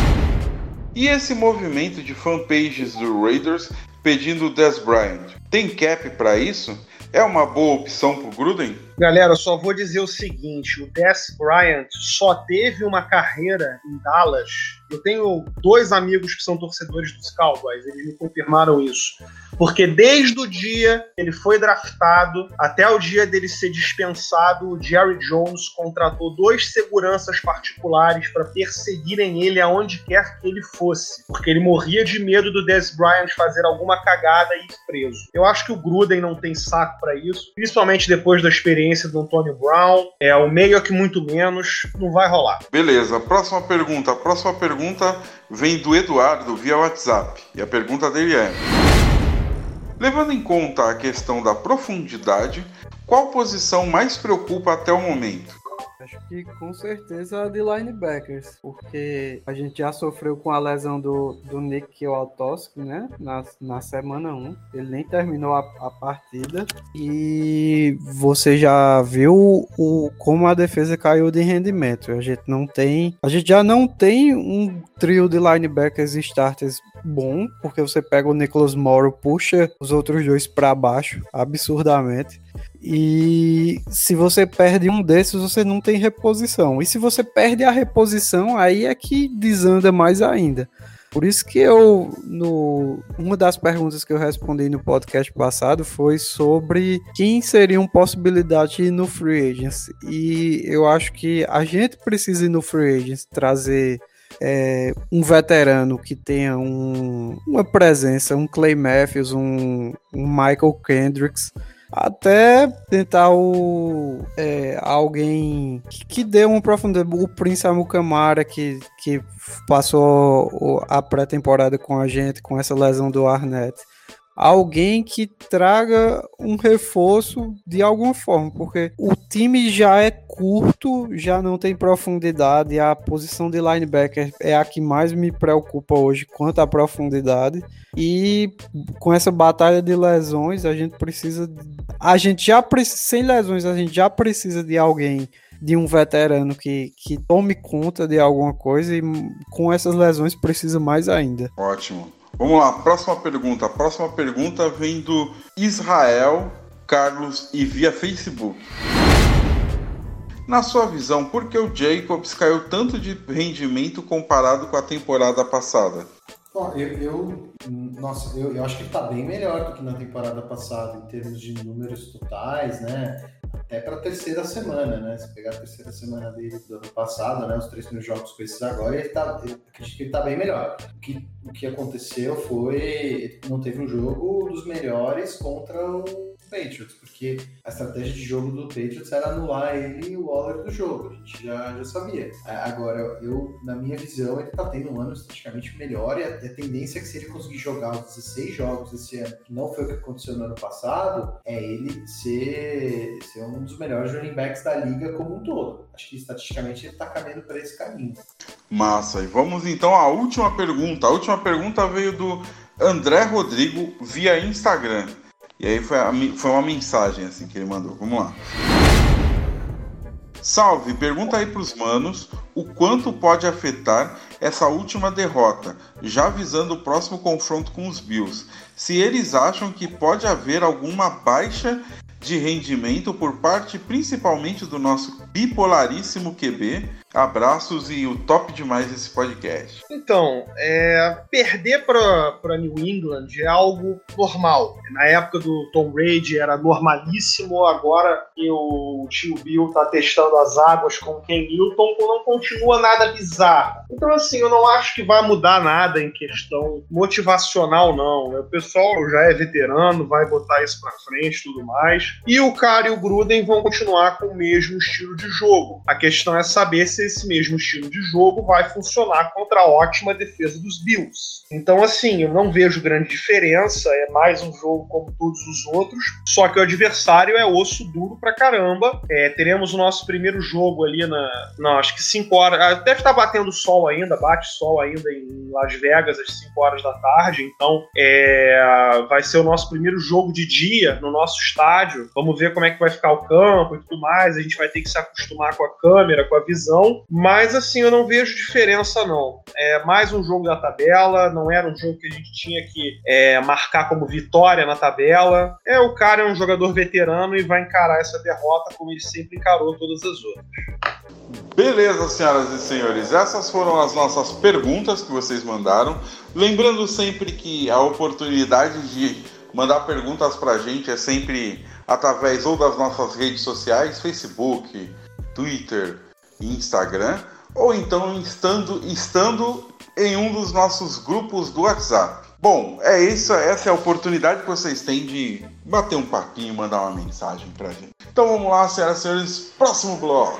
E esse movimento de fanpages do Raiders pedindo o Dez Bryant, tem cap para isso? É uma boa opção pro Gruden? Galera, eu só vou dizer o seguinte, o Dez Bryant só teve uma carreira em Dallas. Eu tenho dois amigos que são torcedores dos Cowboys, eles me confirmaram isso. Porque desde o dia que ele foi draftado até o dia dele ser dispensado, o Jerry Jones contratou dois seguranças particulares para perseguirem ele aonde quer que ele fosse. Porque ele morria de medo do Dez Bryant fazer alguma cagada e ir preso. Eu acho que o Gruden não tem saco para isso, principalmente depois da experiência do Antonio Brown, é o meio que muito menos, não vai rolar. Beleza, próxima pergunta. A próxima pergunta vem do Eduardo via WhatsApp. E a pergunta dele é: levando em conta a questão da profundidade, qual posição mais preocupa até o momento? Acho que com certeza a de linebackers, porque a gente já sofreu com a lesão do, do Nick Kwiatkowski, né, na, na semana um, ele nem terminou a, a partida, e você já viu o, como a defesa caiu de rendimento. A gente não tem, a gente já não tem um trio de linebackers e starters bom, porque você pega o Nicholas Morrow, puxa os outros dois para baixo, absurdamente. E se você perde um desses, você não tem reposição. E se você perde a reposição, aí é que desanda mais ainda. Por isso que eu, no, uma das perguntas que eu respondi no podcast passado foi sobre quem seriam possibilidades no Free Agents. E eu acho que a gente precisa ir no Free Agents trazer é, um veterano que tenha um, uma presença, um Clay Matthews, um, um Michael Kendricks, até tentar o, é, alguém que, que dê uma profundidade. O Prince Amukamara, que, que passou a pré-temporada com a gente, com essa lesão do Arnett. Alguém que traga um reforço de alguma forma, porque o time já é curto, já não tem profundidade, a posição de linebacker é a que mais me preocupa hoje quanto à profundidade, e com essa batalha de lesões, a gente precisa, a gente já precisa, sem lesões, a gente já precisa de alguém de um veterano que, que tome conta de alguma coisa, e com essas lesões precisa mais ainda. Ótimo. Vamos lá, próxima pergunta. A próxima pergunta vem do Israel Carlos e via Facebook. Na sua visão, por que o Jacobs caiu tanto de rendimento comparado com a temporada passada? Bom, eu, eu, nossa, eu, eu acho que ele tá bem melhor do que na temporada passada, em termos de números totais, né? Até para a terceira semana, né? Se pegar a terceira semana dele do ano passado, né? Os três primeiros jogos com esses agora, ele tá, eu acredito que ele tá bem melhor. O que, o que aconteceu foi, não teve um jogo dos melhores contra o Patriots, porque a estratégia de jogo do Patriots era anular ele e o Waller do jogo, a gente já, já sabia. Agora, eu, na minha visão, ele tá tendo um ano estatisticamente melhor, e a, a tendência é que se ele conseguir jogar os dezesseis jogos desse ano, que não foi o que aconteceu no ano passado, é ele ser, ser um dos melhores running backs da liga como um todo. Acho que estatisticamente ele tá caminhando para esse caminho. Massa, e vamos então à última pergunta. A última pergunta veio do André Rodrigo via Instagram. E aí foi, a, foi uma mensagem assim que ele mandou. Vamos lá. Salve, pergunta aí pros manos o quanto pode afetar essa última derrota, já visando o próximo confronto com os Bills. Se eles acham que pode haver alguma baixa de rendimento por parte principalmente do nosso bipolaríssimo Q B. Abraços e o top demais esse podcast. Então, é, perder para New England é algo normal. Na época do Tom Brady era normalíssimo, agora que o tio Bill está testando as águas com o Ken Newton, não continua nada bizarro. Então, assim, eu não acho que vai mudar nada em questão motivacional, não. O pessoal já é veterano, vai botar isso para frente e tudo mais. E o Carr e o Gruden vão continuar com o mesmo estilo de jogo. A questão é saber se esse mesmo estilo de jogo vai funcionar contra a ótima defesa dos Bills. Então, assim, eu não vejo grande diferença, é mais um jogo como todos os outros, só que o adversário é osso duro pra caramba. É, teremos o nosso primeiro jogo ali na, na acho que cinco horas, deve estar batendo sol ainda, bate sol ainda em Las Vegas às cinco horas da tarde, então é, vai ser o nosso primeiro jogo de dia no nosso estádio. Vamos ver como é que vai ficar o campo e tudo mais, a gente vai ter que se acostumar com a câmera, com a visão. Mas assim, eu não vejo diferença não. É mais um jogo da tabela, não era um jogo que a gente tinha que é, marcar como vitória na tabela. É, o cara é um jogador veterano e vai encarar essa derrota como ele sempre encarou todas as outras. Beleza, senhoras e senhores, essas foram as nossas perguntas que vocês mandaram. Lembrando sempre que a oportunidade de mandar perguntas pra gente é sempre através ou das nossas redes sociais, Facebook, Twitter, Instagram, ou então estando, estando em um dos nossos grupos do WhatsApp. Bom, é isso, essa é a oportunidade que vocês têm de bater um papinho e mandar uma mensagem pra gente. Então vamos lá, senhoras e senhores, próximo bloco.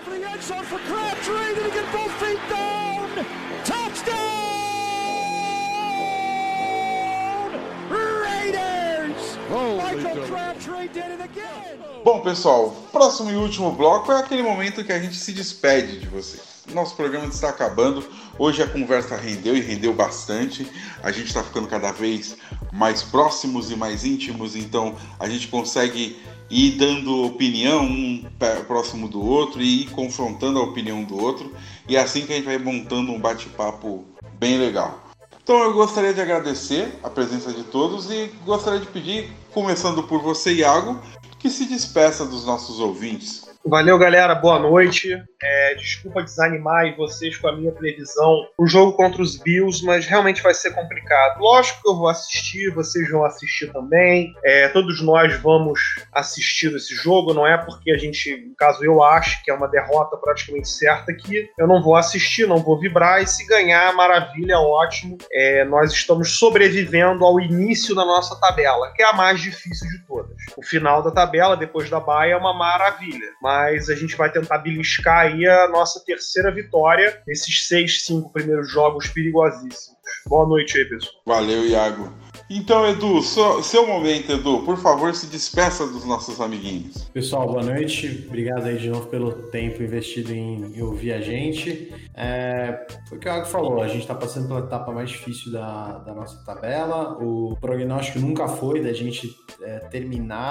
Bom, pessoal, próximo e último bloco é aquele momento que a gente se despede de vocês. Nosso programa está acabando. Hoje a conversa rendeu e rendeu bastante. A gente está ficando cada vez mais próximos e mais íntimos, então a gente consegue ir dando opinião um próximo do outro e ir confrontando a opinião do outro. E é assim que a gente vai montando um bate-papo bem legal. Então eu gostaria de agradecer a presença de todos e gostaria de pedir, começando por você, Iago, que se despeça dos nossos ouvintes. Valeu, galera. Boa noite. É, desculpa desanimar vocês com a minha previsão. O jogo contra os Bills, mas realmente vai ser complicado. Lógico que eu vou assistir, vocês vão assistir também. É, todos nós vamos assistir esse jogo. Não é porque a gente, no caso eu acho que é uma derrota praticamente certa, que eu não vou assistir, não vou vibrar. E se ganhar, maravilha, ótimo. É, nós estamos sobrevivendo ao início da nossa tabela, que é a mais difícil de todas. O final da tabela, depois da bye, é uma maravilha. Mas a gente vai tentar beliscar aí a nossa terceira vitória nesses seis, cinco primeiros jogos perigosíssimos. Boa noite aí, pessoal. Valeu, Iago. Então, Edu, so, seu momento, Edu, por favor, se despeça dos nossos amiguinhos. Pessoal, boa noite. Obrigado aí de novo pelo tempo investido em, em ouvir a gente. É, foi o que o Iago falou, a gente está passando pela etapa mais difícil da, da nossa tabela. O prognóstico nunca foi da gente é, terminar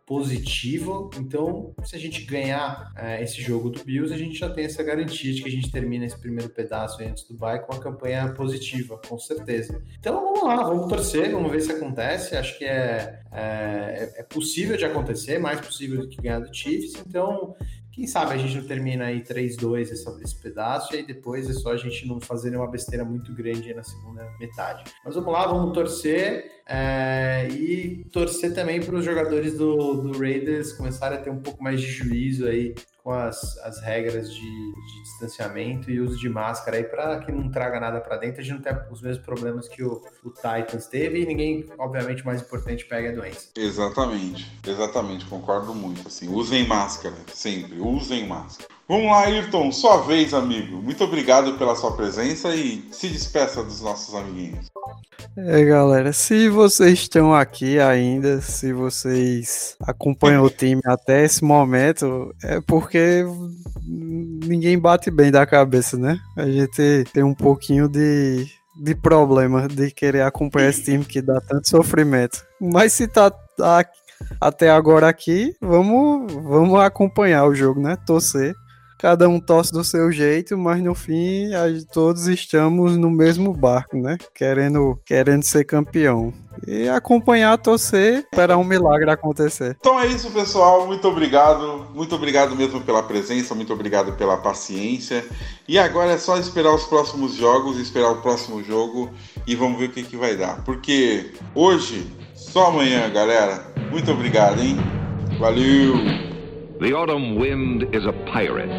positivo, então se a gente ganhar é, esse jogo do Bills, a gente já tem essa garantia de que a gente termina esse primeiro pedaço aí antes do bye com uma campanha positiva, com certeza. Então vamos lá, vamos torcer, vamos ver se acontece, acho que é, é, é possível de acontecer, mais possível do que ganhar do Chiefs, então quem sabe a gente não termina aí três a dois esse, esse pedaço, e aí depois é só a gente não fazer nenhuma besteira muito grande aí na segunda metade. Mas vamos lá, vamos torcer, é, e torcer também para os jogadores do, do Raiders começarem a ter um pouco mais de juízo aí com as, as regras de, de distanciamento e uso de máscara aí, para que não traga nada para dentro, a gente não tenha os mesmos problemas que o, o Titans teve, e ninguém, obviamente, mais importante, pega a doença. Exatamente, exatamente, concordo muito, assim, usem máscara, sempre, usem máscara. Vamos lá, Ayrton, sua vez, amigo. Muito obrigado pela sua presença e se despeça dos nossos amiguinhos. É, galera, se vocês estão aqui ainda, se vocês acompanham o time até esse momento, é porque ninguém bate bem da cabeça, né? A gente tem um pouquinho de, de problema de querer acompanhar esse time que dá tanto sofrimento. Mas se tá, tá até agora aqui, vamos, vamos acompanhar o jogo, né? Torcer. Cada um torce do seu jeito, mas no fim a, todos estamos no mesmo barco, né? Querendo, querendo ser campeão. E acompanhar, torcer, esperar um milagre acontecer. Então é isso, pessoal. Muito obrigado. Muito obrigado mesmo pela presença, muito obrigado pela paciência. E agora é só esperar os próximos jogos, esperar o próximo jogo e vamos ver o que, que vai dar. Porque hoje, só amanhã, galera. Muito obrigado, hein? Valeu! The autumn wind is a pirate,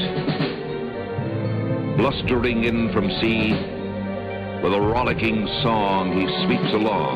blustering in from sea, with a rollicking song he sweeps along,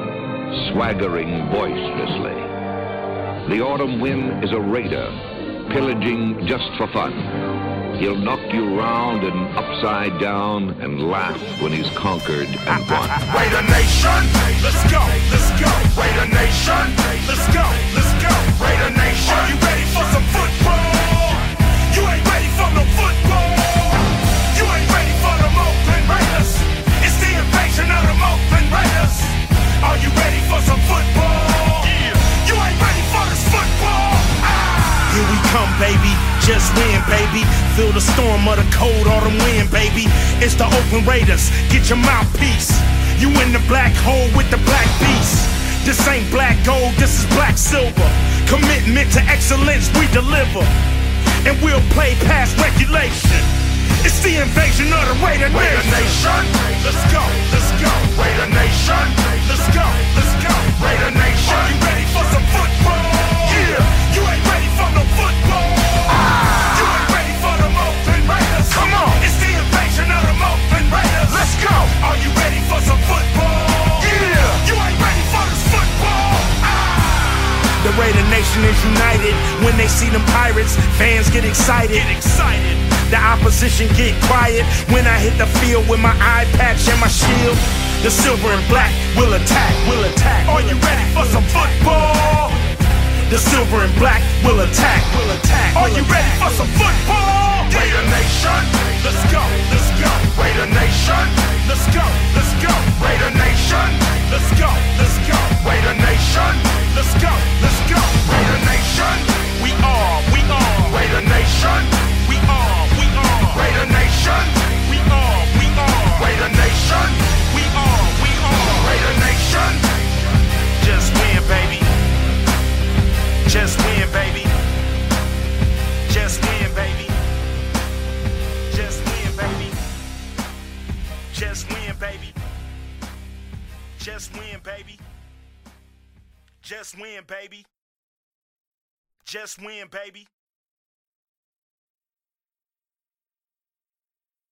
swaggering boisterously. The autumn wind is a raider, pillaging just for fun. He'll knock you round and upside down and laugh when he's conquered and won. Raider Nation, let's go, let's go. Raider Nation, let's go, let's go. Raider Nation, are you ready for some football? You ain't ready for no football. You ain't ready for the Oakland Raiders. It's the invasion of the Oakland Raiders. Are you ready for some football? Yeah. You ain't ready for this football. Ah. Here we come, baby. Just win, baby. Feel the storm of the cold autumn wind, baby. It's the Oakland Raiders. Get your mouthpiece. You in the black hole with the black beast. This ain't black gold, this is black silver. Commitment to excellence, we deliver. And we'll play past regulation. It's the invasion of the Raider Nation. Raider Nation, let's go, let's go. Raider Nation, let's go, let's go. Raider Nation, are you ready for some football? Yeah, you ain't ready for no football. You ain't ready for the Oakland Raiders. Come on, it's the invasion of the Oakland Raiders. Let's go. Are you ready for some football? Yeah, you ain't ready for this football. Ah. The Raider Nation is united. When they see them pirates, fans get excited. Get excited. The opposition get quiet when I hit the field with my eye patch and my shield. The silver and black will attack, will attack. Are you ready for some football? The silver and black will attack, will attack. Are you ready for some football? Raider Nation, let's go, let's go. Raider Nation, let's go, let's go. Raider Nation, let's go, let's go. Raider Nation, let's go, let's go. Raider Nation, we are, we are. Raider Nation, we are, we are. Raider Nation, we are, we are. Raider Nation, we are, we are. Raider Nation, just win, baby. Just win, baby. Just win, baby. Just win, baby. Just win, baby. Just win, baby. Just win, baby. Just win, baby.